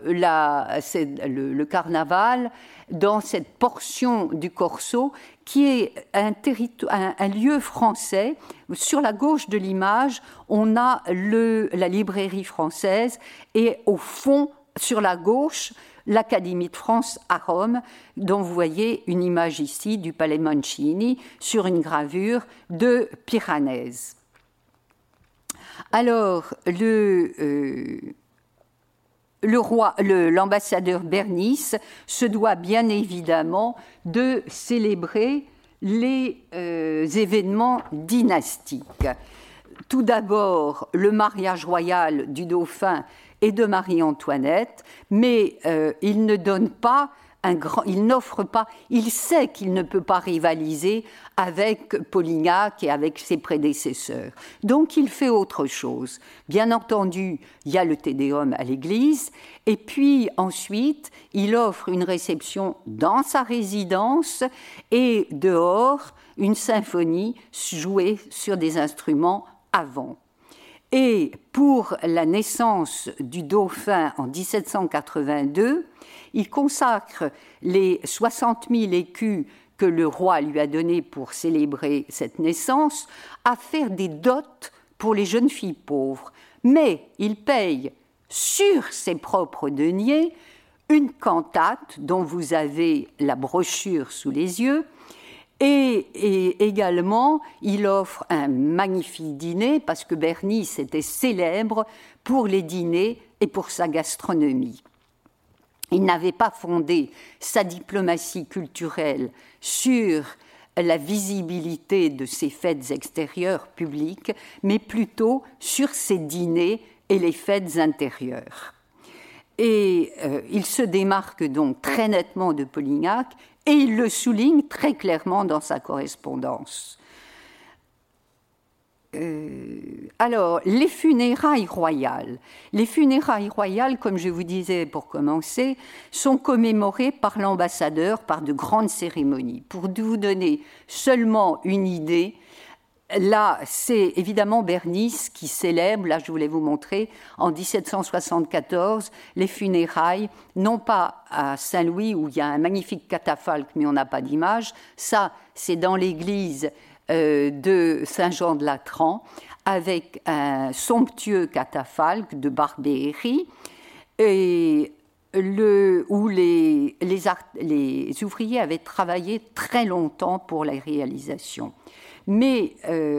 le carnaval dans cette portion du Corso qui est un lieu français. Sur la gauche de l'image, on a la librairie française et au fond, sur la gauche, l'Académie de France à Rome, dont vous voyez une image ici du Palais Mancini sur une gravure de Piranèse. Alors, l'ambassadeur Bernis se doit bien évidemment de célébrer les événements dynastiques. Tout d'abord, le mariage royal du dauphin et de Marie-Antoinette, mais il ne donne pas il n'offre pas, il sait qu'il ne peut pas rivaliser avec Polignac et avec ses prédécesseurs. Donc il fait autre chose. Bien entendu, il y a le Te Deum à l'église, et puis ensuite, il offre une réception dans sa résidence et dehors, une symphonie jouée sur des instruments à vent. Et pour la naissance du dauphin en 1782, il consacre les 60 000 écus que le roi lui a donné pour célébrer cette naissance, à faire des dots pour les jeunes filles pauvres. Mais il paye sur ses propres deniers une cantate dont vous avez la brochure sous les yeux, et également il offre un magnifique dîner, parce que Bernice était célèbre pour les dîners et pour sa gastronomie. Il n'avait pas fondé sa diplomatie culturelle sur la visibilité de ses fêtes extérieures publiques, mais plutôt sur ses dîners et les fêtes intérieures. Et il se démarque donc très nettement de Polignac, et il le souligne très clairement dans sa correspondance. Alors, les funérailles royales. Les funérailles royales, comme je vous disais pour commencer, sont commémorées par l'ambassadeur par de grandes cérémonies. Pour vous donner seulement une idée, là, c'est évidemment Bernice qui célèbre, là je voulais vous montrer, en 1774, les funérailles, non pas à Saint-Louis où il y a un magnifique catafalque, mais on n'a pas d'image, ça c'est dans l'église de Saint-Jean-de-Latran, avec un somptueux catafalque de Barbéry, et où les ouvriers avaient travaillé très longtemps pour la réalisation. Mais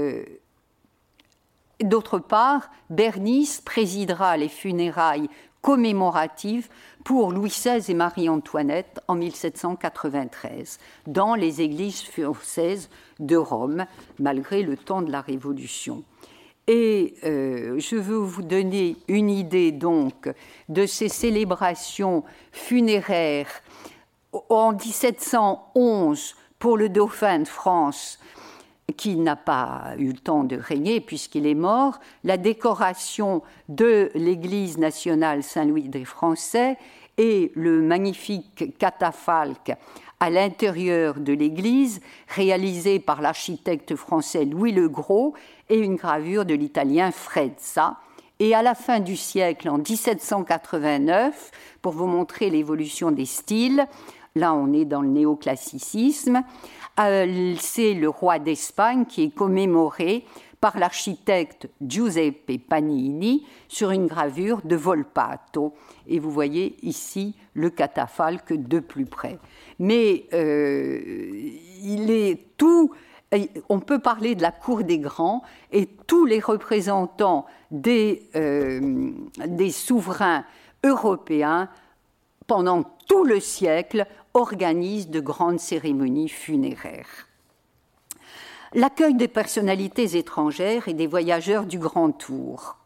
d'autre part, Bernice présidera les funérailles commémoratives pour Louis XVI et Marie-Antoinette en 1793 dans les églises françaises de Rome, malgré le temps de la Révolution. Et je veux vous donner une idée donc de ces célébrations funéraires. En 1711, pour le dauphin de France, qui n'a pas eu le temps de régner puisqu'il est mort, la décoration de l'église nationale Saint-Louis des Français et le magnifique catafalque à l'intérieur de l'église, réalisé par l'architecte français Louis Le Gros, et une gravure de l'italien Frezza. Et à la fin du siècle, en 1789, pour vous montrer l'évolution des styles, là on est dans le néoclassicisme, c'est le roi d'Espagne qui est commémoré par l'architecte Giuseppe Panini sur une gravure de Volpato. Et vous voyez ici le catafalque de plus près. Mais il est tout... On peut parler de la cour des grands, et tous les représentants des souverains européens, pendant tout le siècle, organisent de grandes cérémonies funéraires. L'accueil des personnalités étrangères et des voyageurs du Grand Tour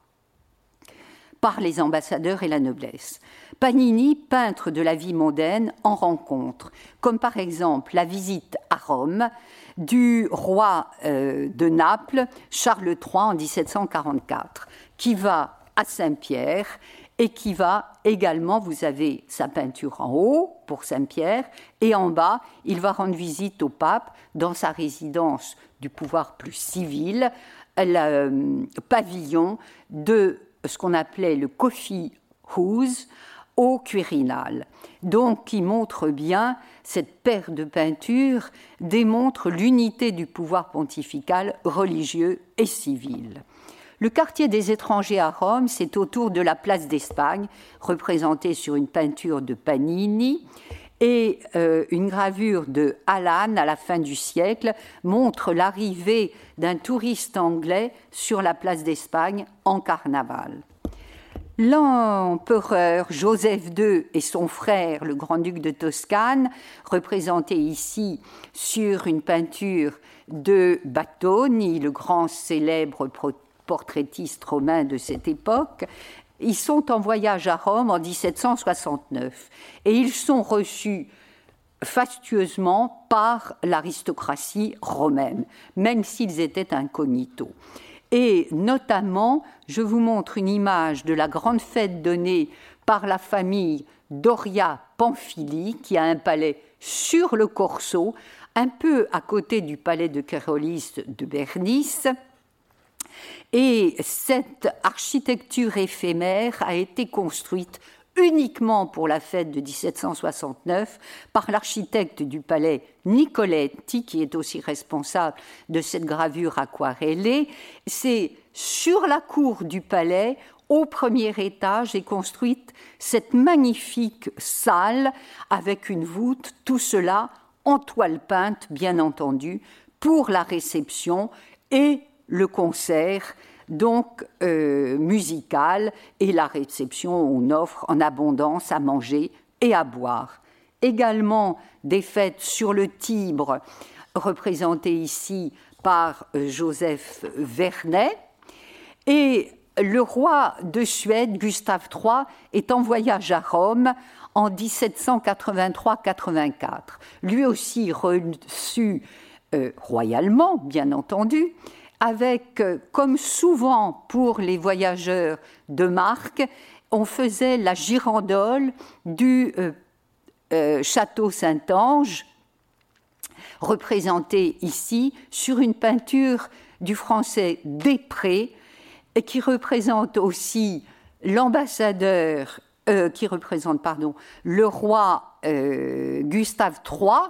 par les ambassadeurs et la noblesse. Panini, peintre de la vie mondaine, en rencontre, comme par exemple la visite à Rome du roi de Naples, Charles III, en 1744, qui va à Saint-Pierre et qui va également, vous avez sa peinture en haut pour Saint-Pierre, et en bas, il va rendre visite au pape dans sa résidence du pouvoir plus civil, le pavillon de ce qu'on appelait le Coffee House au Quirinal. Donc, qui montre bien, cette paire de peintures démontre l'unité du pouvoir pontifical, religieux et civil. Le quartier des étrangers à Rome, c'est autour de la place d'Espagne, représentée sur une peinture de Panini, et une gravure de Allan à la fin du siècle montre l'arrivée d'un touriste anglais sur la place d'Espagne en carnaval. L'empereur Joseph II et son frère, le grand-duc de Toscane, représentés ici sur une peinture de Battoni, le grand célèbre portraitiste romain de cette époque, ils sont en voyage à Rome en 1769 et ils sont reçus fastueusement par l'aristocratie romaine, même s'ils étaient incognito. Et notamment, je vous montre une image de la grande fête donnée par la famille Doria Pamphili, qui a un palais sur le Corso, un peu à côté du palais de Kérolis de Bernice. Et cette architecture éphémère a été construite uniquement pour la fête de 1769 par l'architecte du palais Nicoletti, qui est aussi responsable de cette gravure aquarellée. C'est sur la cour du palais, au premier étage, est construite cette magnifique salle avec une voûte, tout cela en toile peinte, bien entendu, pour la réception et le concert donc musical et la réception, on offre en abondance à manger et à boire. Également des fêtes sur le Tibre, représentées ici par Joseph Vernet. Et le roi de Suède, Gustave III, est en voyage à Rome en 1783-84. Lui aussi reçu royalement, bien entendu, avec, comme souvent pour les voyageurs de marque, on faisait la girandole du château Saint-Ange, représentée ici sur une peinture du français Després, qui représente aussi l'ambassadeur, le roi Gustave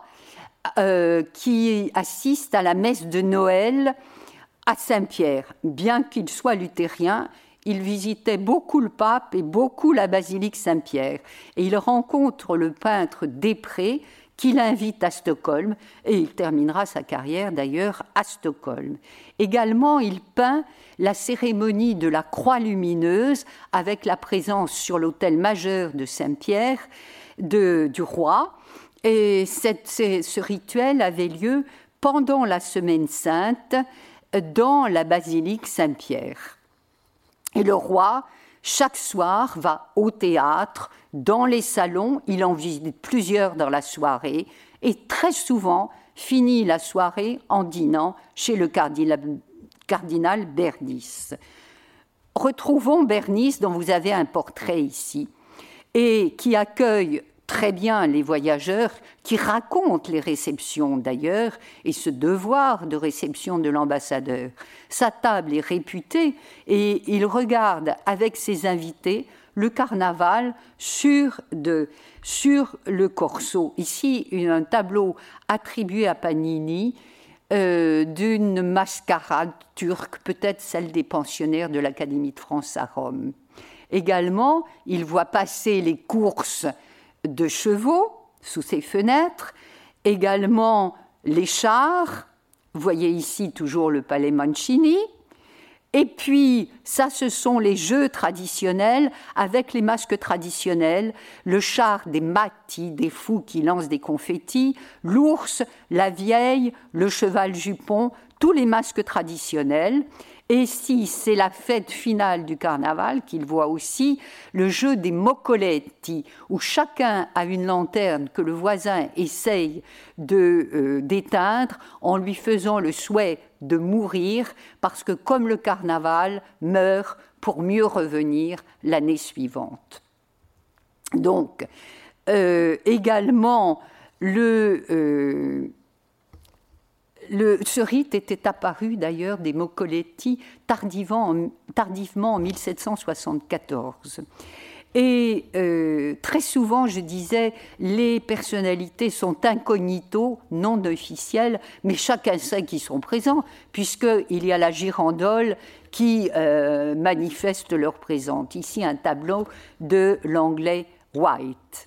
III, qui assiste à la messe de Noël à Saint-Pierre. Bien qu'il soit luthérien, il visitait beaucoup le pape et beaucoup la basilique Saint-Pierre. Et il rencontre le peintre Després qui l'invite à Stockholm, et il terminera sa carrière d'ailleurs à Stockholm. Également, il peint la cérémonie de la croix lumineuse avec la présence sur l'autel majeur de Saint-Pierre du roi. Et ce rituel avait lieu pendant la Semaine Sainte dans la basilique Saint-Pierre. Et le roi, chaque soir, va au théâtre, dans les salons, il en visite plusieurs dans la soirée, et très souvent finit la soirée en dînant chez le cardinal Bernis. Retrouvons Bernis, dont vous avez un portrait ici, et qui accueille très bien les voyageurs, qui racontent les réceptions d'ailleurs, et ce devoir de réception de l'ambassadeur. Sa table est réputée, et il regarde avec ses invités le carnaval sur le Corso. Ici, un tableau attribué à Panini d'une mascarade turque, peut-être celle des pensionnaires de l'Académie de France à Rome. Également, il voit passer les courses de chevaux sous ses fenêtres, également les chars, vous voyez ici toujours le palais Mancini, et puis ça ce sont les jeux traditionnels avec les masques traditionnels, le char des Matti, des fous qui lancent des confettis, l'ours, la vieille, le cheval jupon, tous les masques traditionnels. Et si c'est la fête finale du carnaval, qu'il voit aussi le jeu des moccoletti, où chacun a une lanterne que le voisin essaye d'éteindre en lui faisant le souhait de mourir, parce que comme le carnaval meurt pour mieux revenir l'année suivante. Donc, également, ce rite était apparu d'ailleurs des moccoletti tardivement en 1774. Et très souvent, je disais, les personnalités sont incognito, non officielles, mais chacun sait qu'ils sont présents, puisqu'il y a la girandole qui manifeste leur présence. Ici, un tableau de l'anglais White.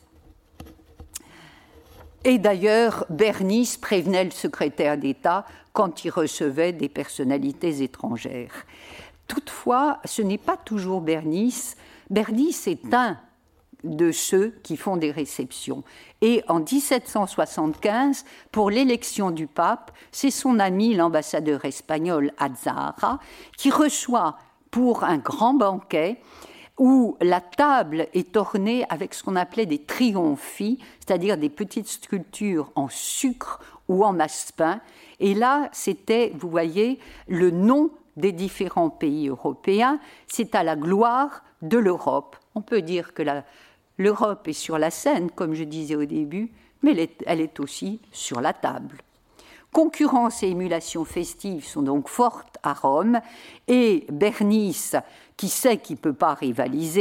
Et d'ailleurs, Bernis prévenait le secrétaire d'État quand il recevait des personnalités étrangères. Toutefois, ce n'est pas toujours Bernis. Bernis est un de ceux qui font des réceptions. Et en 1775, pour l'élection du pape, c'est son ami, l'ambassadeur espagnol Azara, qui reçoit pour un grand banquet où la table est ornée avec ce qu'on appelait des triomphi, c'est-à-dire des petites sculptures en sucre ou en massepain. Et là, c'était, vous voyez, le nom des différents pays européens. C'est à la gloire de l'Europe. On peut dire que l'Europe est sur la scène, comme je disais au début, mais elle est aussi sur la table. Concurrence et émulation festive sont donc fortes à Rome, et Bernis, qui sait qu'il ne peut pas rivaliser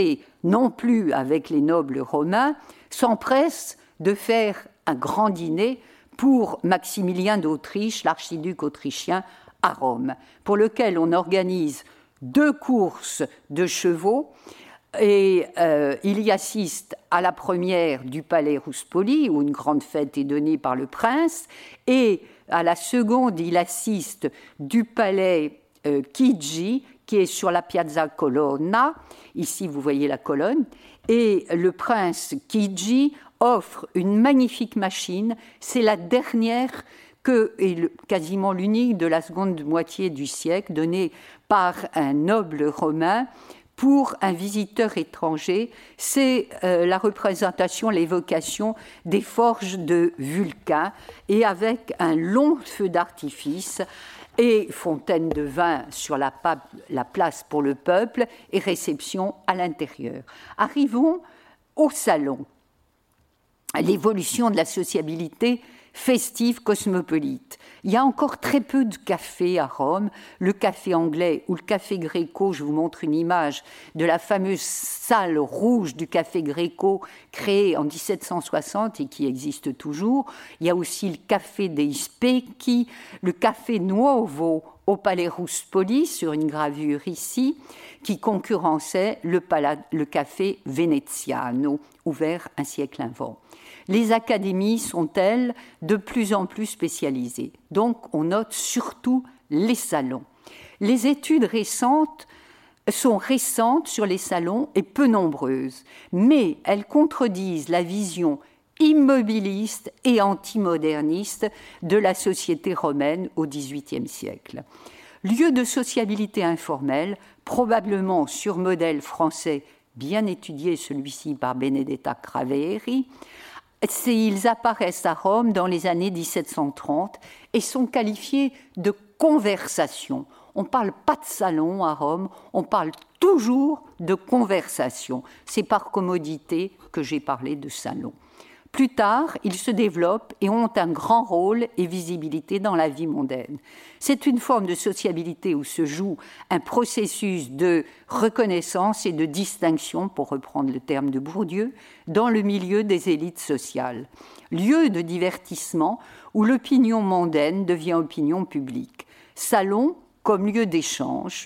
non plus avec les nobles romains, s'empresse de faire un grand dîner pour Maximilien d'Autriche, l'archiduc autrichien, à Rome, pour lequel on organise 2 courses de chevaux, et il y assiste à la première du palais Ruspoli, où une grande fête est donnée par le prince, et à la seconde, il assiste du palais Chigi, qui est sur la Piazza Colonna. Ici, vous voyez la colonne. Et le prince Chigi offre une magnifique machine. C'est la dernière et quasiment l'unique de la seconde moitié du siècle, donnée par un noble romain pour un visiteur étranger. C'est la représentation, l'évocation des forges de Vulcain, et avec un long feu d'artifice et fontaine de vin sur la place pour le peuple et réception à l'intérieur. Arrivons au salon. L'évolution de la sociabilité festive cosmopolite. Il y a encore très peu de cafés à Rome. Le café anglais ou le café Greco, je vous montre une image de la fameuse salle rouge du café Greco créée en 1760 et qui existe toujours. Il y a aussi le café dei Specchi, le café Nuovo au palais Ruspoli, sur une gravure ici, qui concurrençait le café Veneziano, ouvert un siècle avant. Les académies sont, elles, de plus en plus spécialisées. Donc, on note surtout les salons. Les études sont récentes sur les salons et peu nombreuses, mais elles contredisent la vision immobiliste et antimoderniste de la société romaine au XVIIIe siècle. Lieu de sociabilité informelle, probablement sur modèle français bien étudié, celui-ci par Benedetta Craveri, ils apparaissent à Rome dans les années 1730 et sont qualifiés de conversation. On ne parle pas de salon à Rome, on parle toujours de conversation. C'est par commodité que j'ai parlé de salon. Plus tard, ils se développent et ont un grand rôle et visibilité dans la vie mondaine. C'est une forme de sociabilité où se joue un processus de reconnaissance et de distinction, pour reprendre le terme de Bourdieu, dans le milieu des élites sociales. Lieu de divertissement où l'opinion mondaine devient opinion publique. Salon comme lieu d'échange.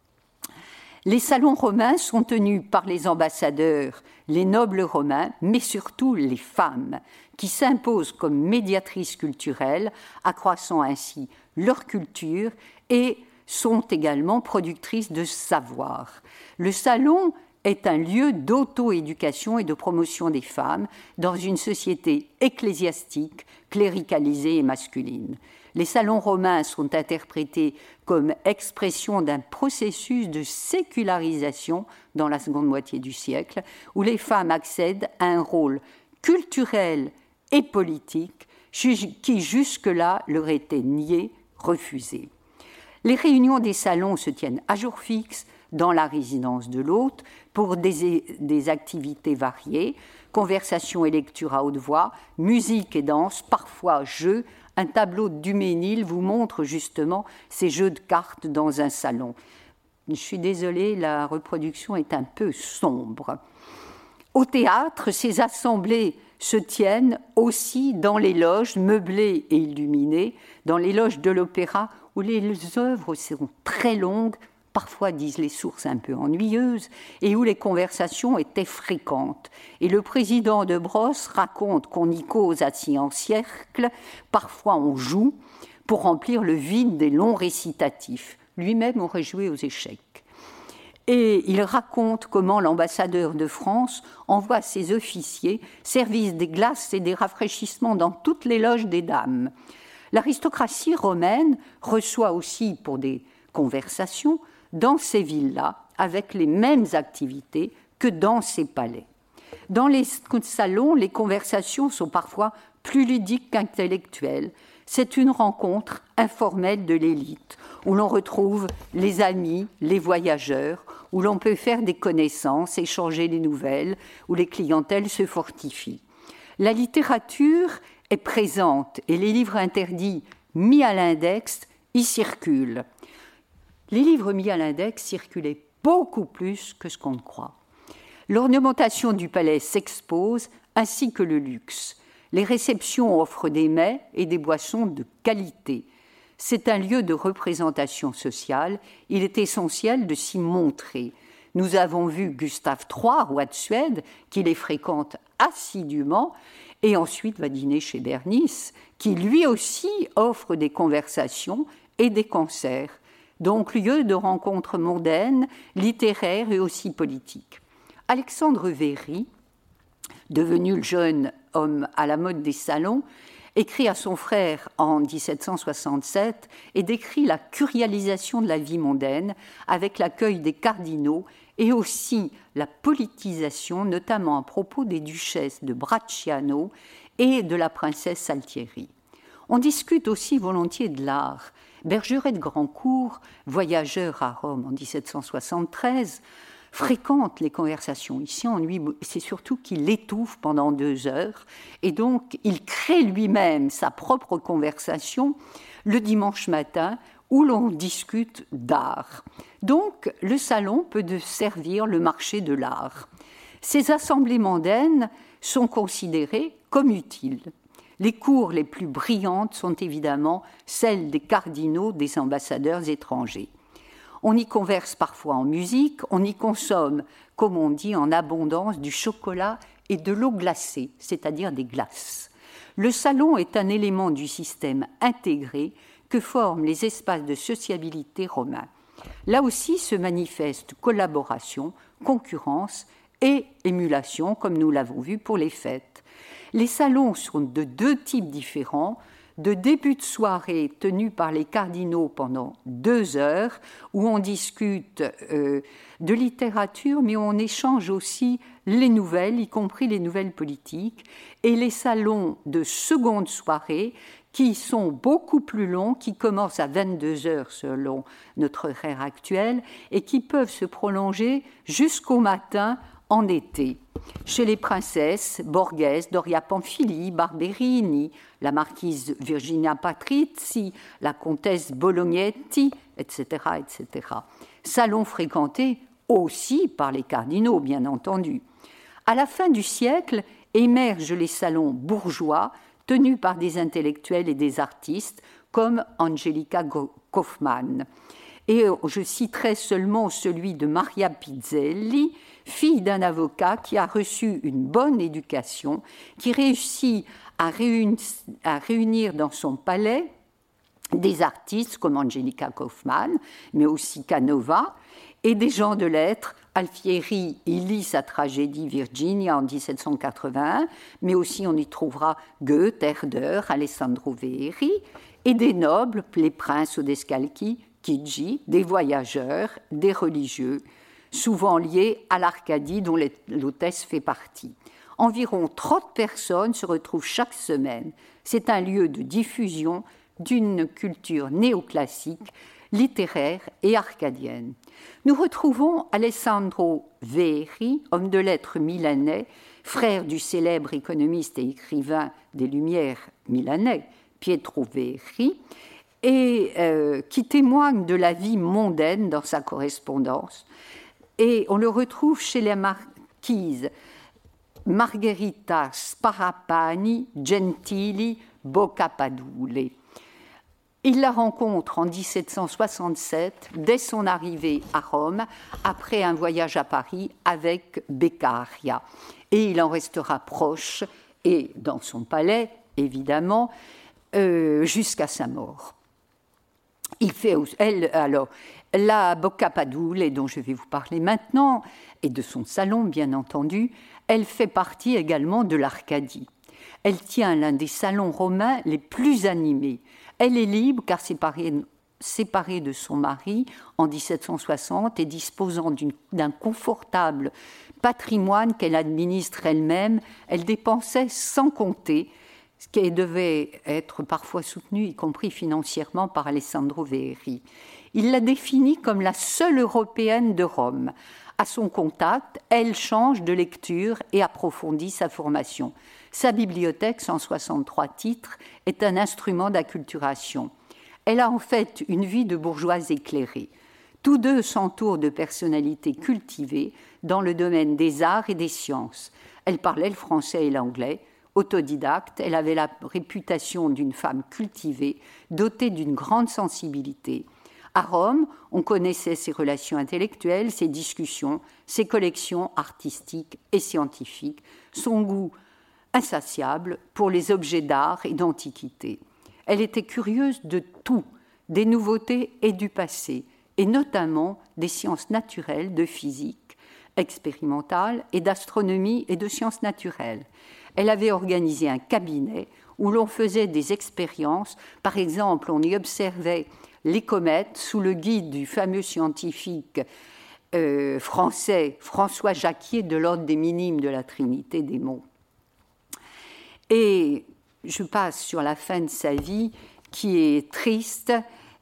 Les salons romains sont tenus par les ambassadeurs, les nobles romains, mais surtout les femmes, qui s'imposent comme médiatrices culturelles, accroissant ainsi leur culture et sont également productrices de savoir. Le salon est un lieu d'auto-éducation et de promotion des femmes dans une société ecclésiastique, cléricalisée et masculine. Les salons romains sont interprétés comme expression d'un processus de sécularisation dans la seconde moitié du siècle, où les femmes accèdent à un rôle culturel et politique qui jusque-là leur était nié, refusé. Les réunions des salons se tiennent à jour fixe dans la résidence de l'hôte pour des activités variées, conversation et lecture à haute voix, musique et danse, parfois jeux. Un tableau d'Huménil vous montre justement ces jeux de cartes dans un salon. Je suis désolée, la reproduction est un peu sombre. Au théâtre, ces assemblées se tiennent aussi dans les loges meublées et illuminées, dans les loges de l'opéra où les œuvres seront très longues, parfois, disent les sources, un peu ennuyeuses, et où les conversations étaient fréquentes. Et le président de Brosse raconte qu'on y cause assis en cercle, parfois on joue, pour remplir le vide des longs récitatifs. Lui-même aurait joué aux échecs. Et il raconte comment l'ambassadeur de France envoie ses officiers servir des glaces et des rafraîchissements dans toutes les loges des dames. L'aristocratie romaine reçoit aussi pour des conversations dans ces villes-là, avec les mêmes activités que dans ces palais. Dans les salons, les conversations sont parfois plus ludiques qu'intellectuelles. C'est une rencontre informelle de l'élite, où l'on retrouve les amis, les voyageurs, où l'on peut faire des connaissances, échanger des nouvelles, où les clientèles se fortifient. La littérature est présente et les livres interdits mis à l'index y circulent. Les livres mis à l'index circulaient beaucoup plus que ce qu'on ne croit. L'ornementation du palais s'expose, ainsi que le luxe. Les réceptions offrent des mets et des boissons de qualité. C'est un lieu de représentation sociale. Il est essentiel de s'y montrer. Nous avons vu Gustave III, roi de Suède, qui les fréquente assidûment, et ensuite va dîner chez Bernice, qui lui aussi offre des conversations et des concerts. Donc lieu de rencontres mondaines, littéraires et aussi politiques. Alexandre Véry, devenu le jeune homme à la mode des salons, écrit à son frère en 1767 et décrit la curialisation de la vie mondaine avec l'accueil des cardinaux et aussi la politisation, notamment à propos des duchesses de Bracciano et de la princesse Saltieri. On discute aussi volontiers de l'art. Bergeret de Grandcourt, voyageur à Rome en 1773, fréquente les conversations. Ici, c'est surtout qu'il l'étouffe pendant 2 heures et donc il crée lui-même sa propre conversation le dimanche matin où l'on discute d'art. Donc, le salon peut servir le marché de l'art. Ces assemblées mondaines sont considérées comme utiles. Les cours les plus brillantes sont évidemment celles des cardinaux, des ambassadeurs étrangers. On y converse parfois en musique, on y consomme, comme on dit, en abondance du chocolat et de l'eau glacée, c'est-à-dire des glaces. Le salon est un élément du système intégré que forment les espaces de sociabilité romains. Là aussi se manifeste collaboration, concurrence et émulation, comme nous l'avons vu pour les fêtes. Les salons sont de 2 types différents, de début de soirée tenus par les cardinaux pendant 2 heures, où on discute de littérature, mais on échange aussi les nouvelles, y compris les nouvelles politiques, et les salons de seconde soirée, qui sont beaucoup plus longs, qui commencent à 22 heures selon notre horaire actuel, et qui peuvent se prolonger jusqu'au matin en été. Chez les princesses, Borghese, Doria Pamphili, Barberini, la marquise Virginia Patrizzi, la comtesse Bolognetti, etc., etc. Salons fréquentés aussi par les cardinaux, bien entendu. À la fin du siècle, émergent les salons bourgeois, tenus par des intellectuels et des artistes, comme Angelica Kauffmann. Et je citerai seulement celui de Maria Pizzelli, fille d'un avocat qui a reçu une bonne éducation, qui réussit à réunir dans son palais des artistes comme Angelica Kauffmann, mais aussi Canova, et des gens de lettres. Alfieri y lit sa tragédie Virginia en 1781, mais aussi on y trouvera Goethe, Herder, Alessandro Véry, et des nobles, les princes Odescalchi, Chigi, des voyageurs, des religieux, souvent liés à l'Arcadie dont l'hôtesse fait partie. Environ 30 personnes se retrouvent chaque semaine. C'est un lieu de diffusion d'une culture néoclassique, littéraire et arcadienne. Nous retrouvons Alessandro Véry, homme de lettres milanais, frère du célèbre économiste et écrivain des Lumières milanais, Pietro Véry, et qui témoigne de la vie mondaine dans sa correspondance. Et on le retrouve chez les marquises Margherita Sparapani, Gentili, Boccapadule. Il la rencontre en 1767, dès son arrivée à Rome, après un voyage à Paris avec Beccaria. Et il en restera proche, et dans son palais, évidemment, jusqu'à sa mort. La Boccapadule, dont je vais vous parler maintenant, et de son salon, bien entendu, elle fait partie également de l'Arcadie. Elle tient l'un des salons romains les plus animés. Elle est libre car séparée de son mari en 1760 et disposant d'un confortable patrimoine qu'elle administre elle-même. Elle dépensait sans compter, ce qui devait être parfois soutenu, y compris financièrement, par Alessandro Véry. Il la définit comme la seule européenne de Rome. À son contact, elle change de lecture et approfondit sa formation. Sa bibliothèque, 163 titres, est un instrument d'acculturation. Elle a en fait une vie de bourgeoise éclairée. Tous deux s'entourent de personnalités cultivées dans le domaine des arts et des sciences. Elle parlait le français et l'anglais. Autodidacte, elle avait la réputation d'une femme cultivée, dotée d'une grande sensibilité. À Rome, on connaissait ses relations intellectuelles, ses discussions, ses collections artistiques et scientifiques, son goût insatiable pour les objets d'art et d'antiquité. Elle était curieuse de tout, des nouveautés et du passé, et notamment des sciences naturelles, de physique expérimentale et d'astronomie et de sciences naturelles. Elle avait organisé un cabinet où l'on faisait des expériences. Par exemple, on y observait les comètes sous le guide du fameux scientifique français François Jacquier de l'ordre des Minimes de la Trinité des Monts. Et je passe sur la fin de sa vie qui est triste,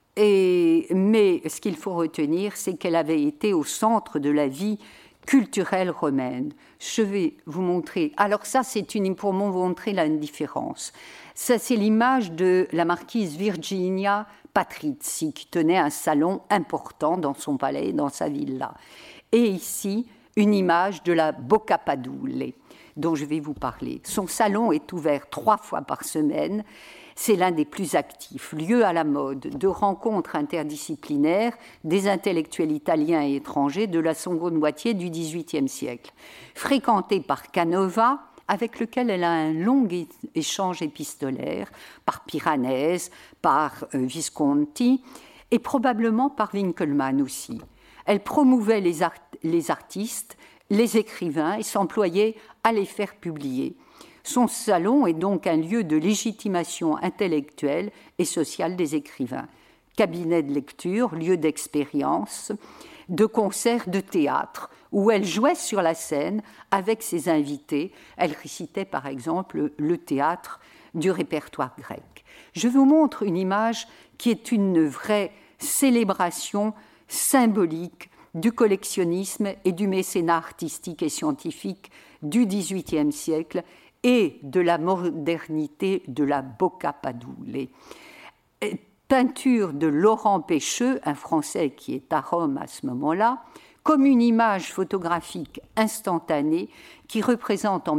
mais ce qu'il faut retenir, c'est qu'elle avait été au centre de la vie culturelle romaine. Je vais vous montrer. Alors ça, c'est pour vous montrer la différence. Ça, c'est l'image de la marquise Virginia Patrizzi, qui tenait un salon important dans son palais, dans sa villa. Et ici, une image de la Bocca Padule, dont je vais vous parler. Son salon est ouvert 3 fois par semaine. C'est l'un des plus actifs, lieu à la mode de rencontres interdisciplinaires des intellectuels italiens et étrangers de la seconde moitié du XVIIIe siècle. Fréquenté par Canova, avec lequel elle a un long échange épistolaire, par Piranèse, par Visconti, et probablement par Winckelmann aussi. Elle promouvait les artistes, les écrivains, et s'employait à les faire publier. Son salon est donc un lieu de légitimation intellectuelle et sociale des écrivains. Cabinet de lecture, lieu d'expérience, de concerts, de théâtre, où elle jouait sur la scène avec ses invités. Elle récitait par exemple le théâtre du répertoire grec. Je vous montre une image qui est une vraie célébration symbolique du collectionnisme et du mécénat artistique et scientifique du XVIIIe siècle et de la modernité de la Bocca Padule. Peinture de Laurent Pêcheux, un Français qui est à Rome à ce moment-là, comme une image photographique instantanée qui représente en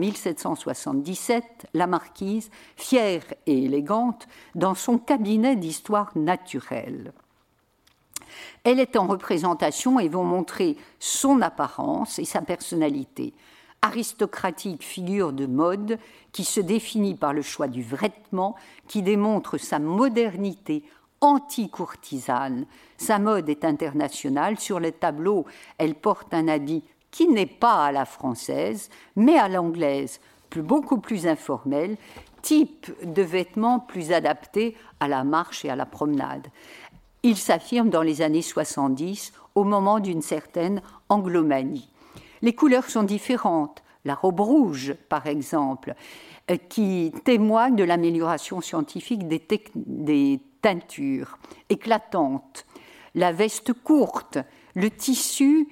1777 la marquise, fière et élégante, dans son cabinet d'histoire naturelle. Elle est en représentation et vont montrer son apparence et sa personnalité. Aristocratique figure de mode qui se définit par le choix du vêtement, qui démontre sa modernité anti-courtisane. Sa mode est internationale. Sur le tableau, elle porte un habit qui n'est pas à la française, mais à l'anglaise, beaucoup plus informel, type de vêtements plus adapté à la marche et à la promenade. Il s'affirme dans les années 70, au moment d'une certaine anglomanie. Les couleurs sont différentes. La robe rouge, par exemple, qui témoigne de l'amélioration scientifique des teintures éclatantes. La veste courte, les tissus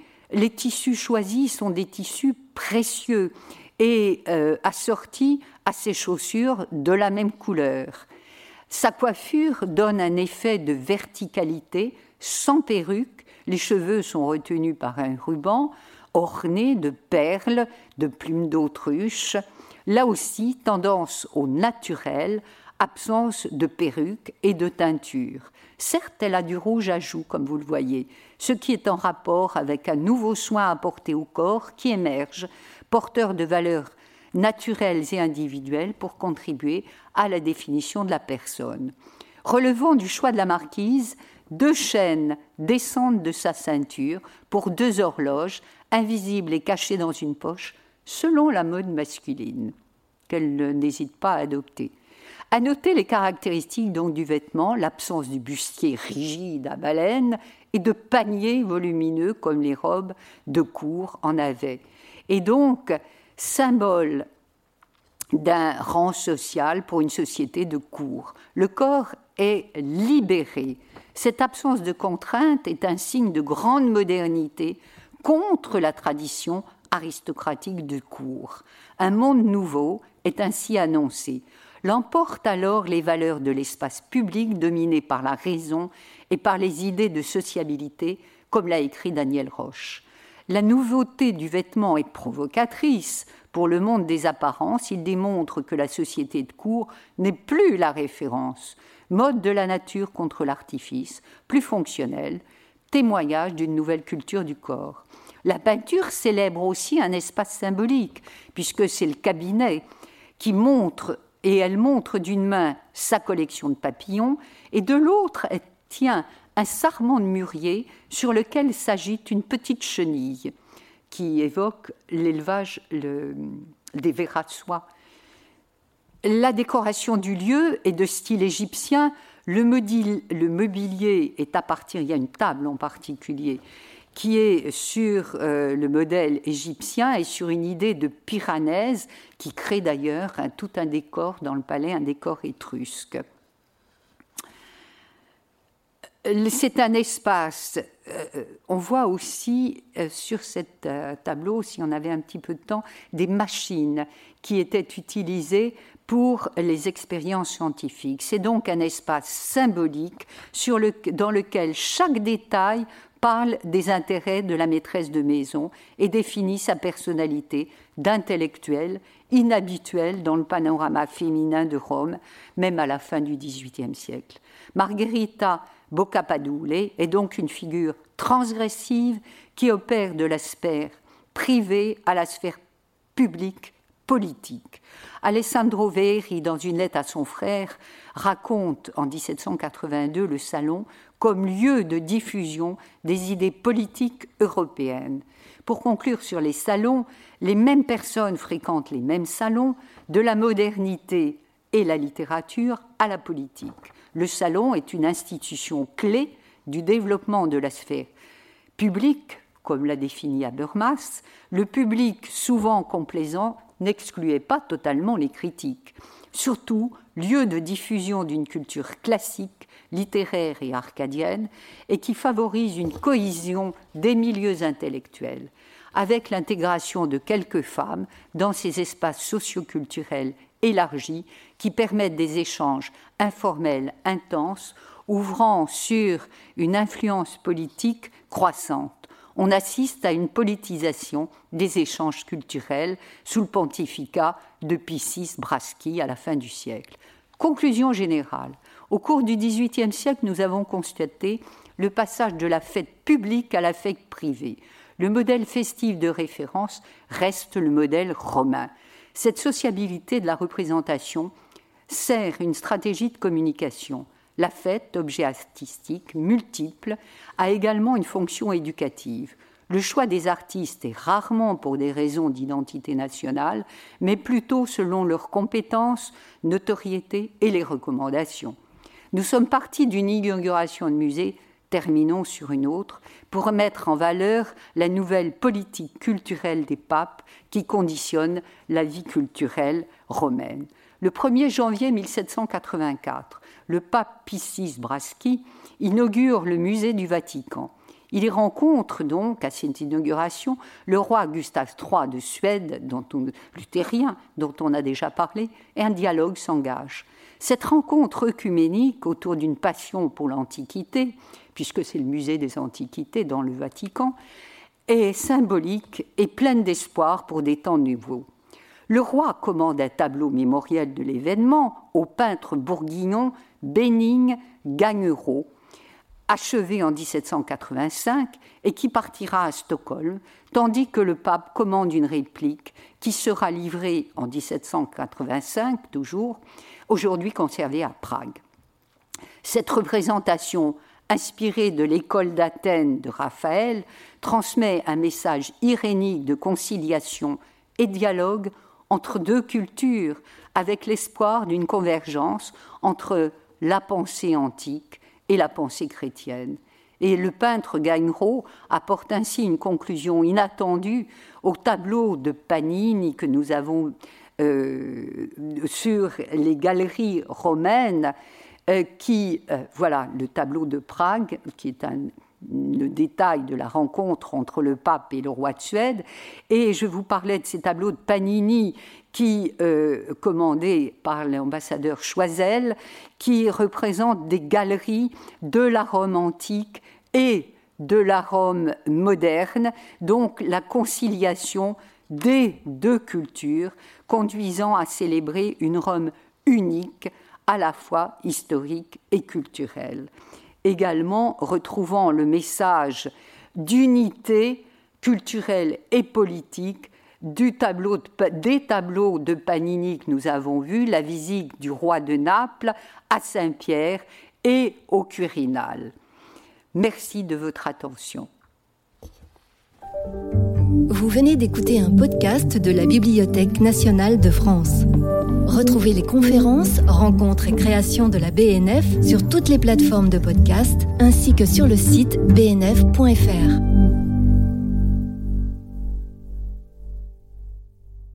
choisis sont des tissus précieux et assortis à ses chaussures de la même couleur. Sa coiffure donne un effet de verticalité, sans perruque. Les cheveux sont retenus par un ruban orné de perles, de plumes d'autruche. Là aussi, tendance au naturel, absence de perruque et de teinture. Certes, elle a du rouge à joues, comme vous le voyez, ce qui est en rapport avec un nouveau soin apporté au corps qui émerge, porteur de valeurs naturelles et individuelles pour contribuer à la définition de la personne. Relevant du choix de la marquise, 2 chaînes descendent de sa ceinture pour 2 horloges, invisibles et cachées dans une poche, selon la mode masculine, qu'elle n'hésite pas à adopter. À noter les caractéristiques donc du vêtement, l'absence du bustier rigide à baleine et de paniers volumineux comme les robes de cour en avaient. Et donc, symbole d'un rang social pour une société de cour. Le corps est libéré. Cette absence de contrainte est un signe de grande modernité contre la tradition aristocratique de cour. Un monde nouveau est ainsi annoncé. L'emportent alors les valeurs de l'espace public dominé par la raison et par les idées de sociabilité comme l'a écrit Daniel Roche. La nouveauté du vêtement est provocatrice. Pour le monde des apparences, il démontre que la société de cour n'est plus la référence, mode de la nature contre l'artifice, plus fonctionnel, témoignage d'une nouvelle culture du corps. La peinture célèbre aussi un espace symbolique, puisque c'est le cabinet qui montre, et elle montre d'une main sa collection de papillons, et de l'autre, elle tient un sarment de mûrier sur lequel s'agite une petite chenille qui évoque l'élevage des vers à soie. La décoration du lieu est de style égyptien. Le mobilier est à partir, il y a une table en particulier, qui est sur le modèle égyptien et sur une idée de Piranèse, qui crée d'ailleurs tout un décor dans le palais, un décor étrusque. C'est un espace, on voit aussi sur ce tableau, si on avait un petit peu de temps, des machines qui étaient utilisées pour les expériences scientifiques. C'est donc un espace symbolique dans lequel chaque détail parle des intérêts de la maîtresse de maison et définit sa personnalité d'intellectuelle, inhabituelle dans le panorama féminin de Rome, même à la fin du XVIIIe siècle. Margherita Boccapadule est donc une figure transgressive qui opère de la sphère privée à la sphère publique, politique. Alessandro Veri, dans une lettre à son frère, raconte en 1782 le salon comme lieu de diffusion des idées politiques européennes. Pour conclure sur les salons, les mêmes personnes fréquentent les mêmes salons, de la modernité et la littérature à la politique. Le salon est une institution clé du développement de la sphère publique, comme l'a défini Habermas. Le public, souvent complaisant, n'excluait pas totalement les critiques. Surtout, lieu de diffusion d'une culture classique, littéraire et arcadienne, et qui favorise une cohésion des milieux intellectuels, avec l'intégration de quelques femmes dans ces espaces socioculturels élargis qui permettent des échanges informels, intenses, ouvrant sur une influence politique croissante. On assiste à une politisation des échanges culturels sous le pontificat de Pie VI Braschi à la fin du siècle. Conclusion générale. Au cours du XVIIIe siècle, nous avons constaté le passage de la fête publique à la fête privée. Le modèle festif de référence reste le modèle romain. Cette sociabilité de la représentation sert une stratégie de communication. La fête, objet artistique multiple, a également une fonction éducative. Le choix des artistes est rarement pour des raisons d'identité nationale, mais plutôt selon leurs compétences, notoriété et les recommandations. Nous sommes partis d'une inauguration de musée, terminons sur une autre, pour mettre en valeur la nouvelle politique culturelle des papes qui conditionne la vie culturelle romaine. Le 1er janvier 1784, le pape Pie VI Braschi inaugure le musée du Vatican. Il y rencontre donc, à cette inauguration, le roi Gustave III de Suède, luthérien, dont on a déjà parlé, et un dialogue s'engage. Cette rencontre œcuménique autour d'une passion pour l'Antiquité, puisque c'est le musée des Antiquités dans le Vatican, est symbolique et pleine d'espoir pour des temps nouveaux. Le roi commande un tableau mémoriel de l'événement au peintre bourguignon Bénigne Gagnereau, achevé en 1785 et qui partira à Stockholm, tandis que le pape commande une réplique qui sera livrée en 1785, toujours, aujourd'hui conservée à Prague. Cette représentation, inspirée de l'école d'Athènes de Raphaël, transmet un message irénique de conciliation et dialogue entre deux cultures, avec l'espoir d'une convergence entre la pensée antique et la pensée chrétienne. Et le peintre Gagnereau apporte ainsi une conclusion inattendue au tableau de Panini que nous avons sur les galeries romaines, voilà le tableau de Prague, qui est le détail de la rencontre entre le pape et le roi de Suède. Et je vous parlais de ces tableaux de Panini commandés par l'ambassadeur Choiseul, qui représentent des galeries de la Rome antique et de la Rome moderne, donc la conciliation des deux cultures, conduisant à célébrer une Rome unique, à la fois historique et culturelle. Également retrouvant le message d'unité culturelle et politique des tableaux de Panini que nous avons vus, la visite du roi de Naples à Saint-Pierre et au Quirinal. Merci de votre attention. Vous venez d'écouter un podcast de la Bibliothèque nationale de France. Retrouvez les conférences, rencontres et créations de la BNF sur toutes les plateformes de podcast ainsi que sur le site bnf.fr.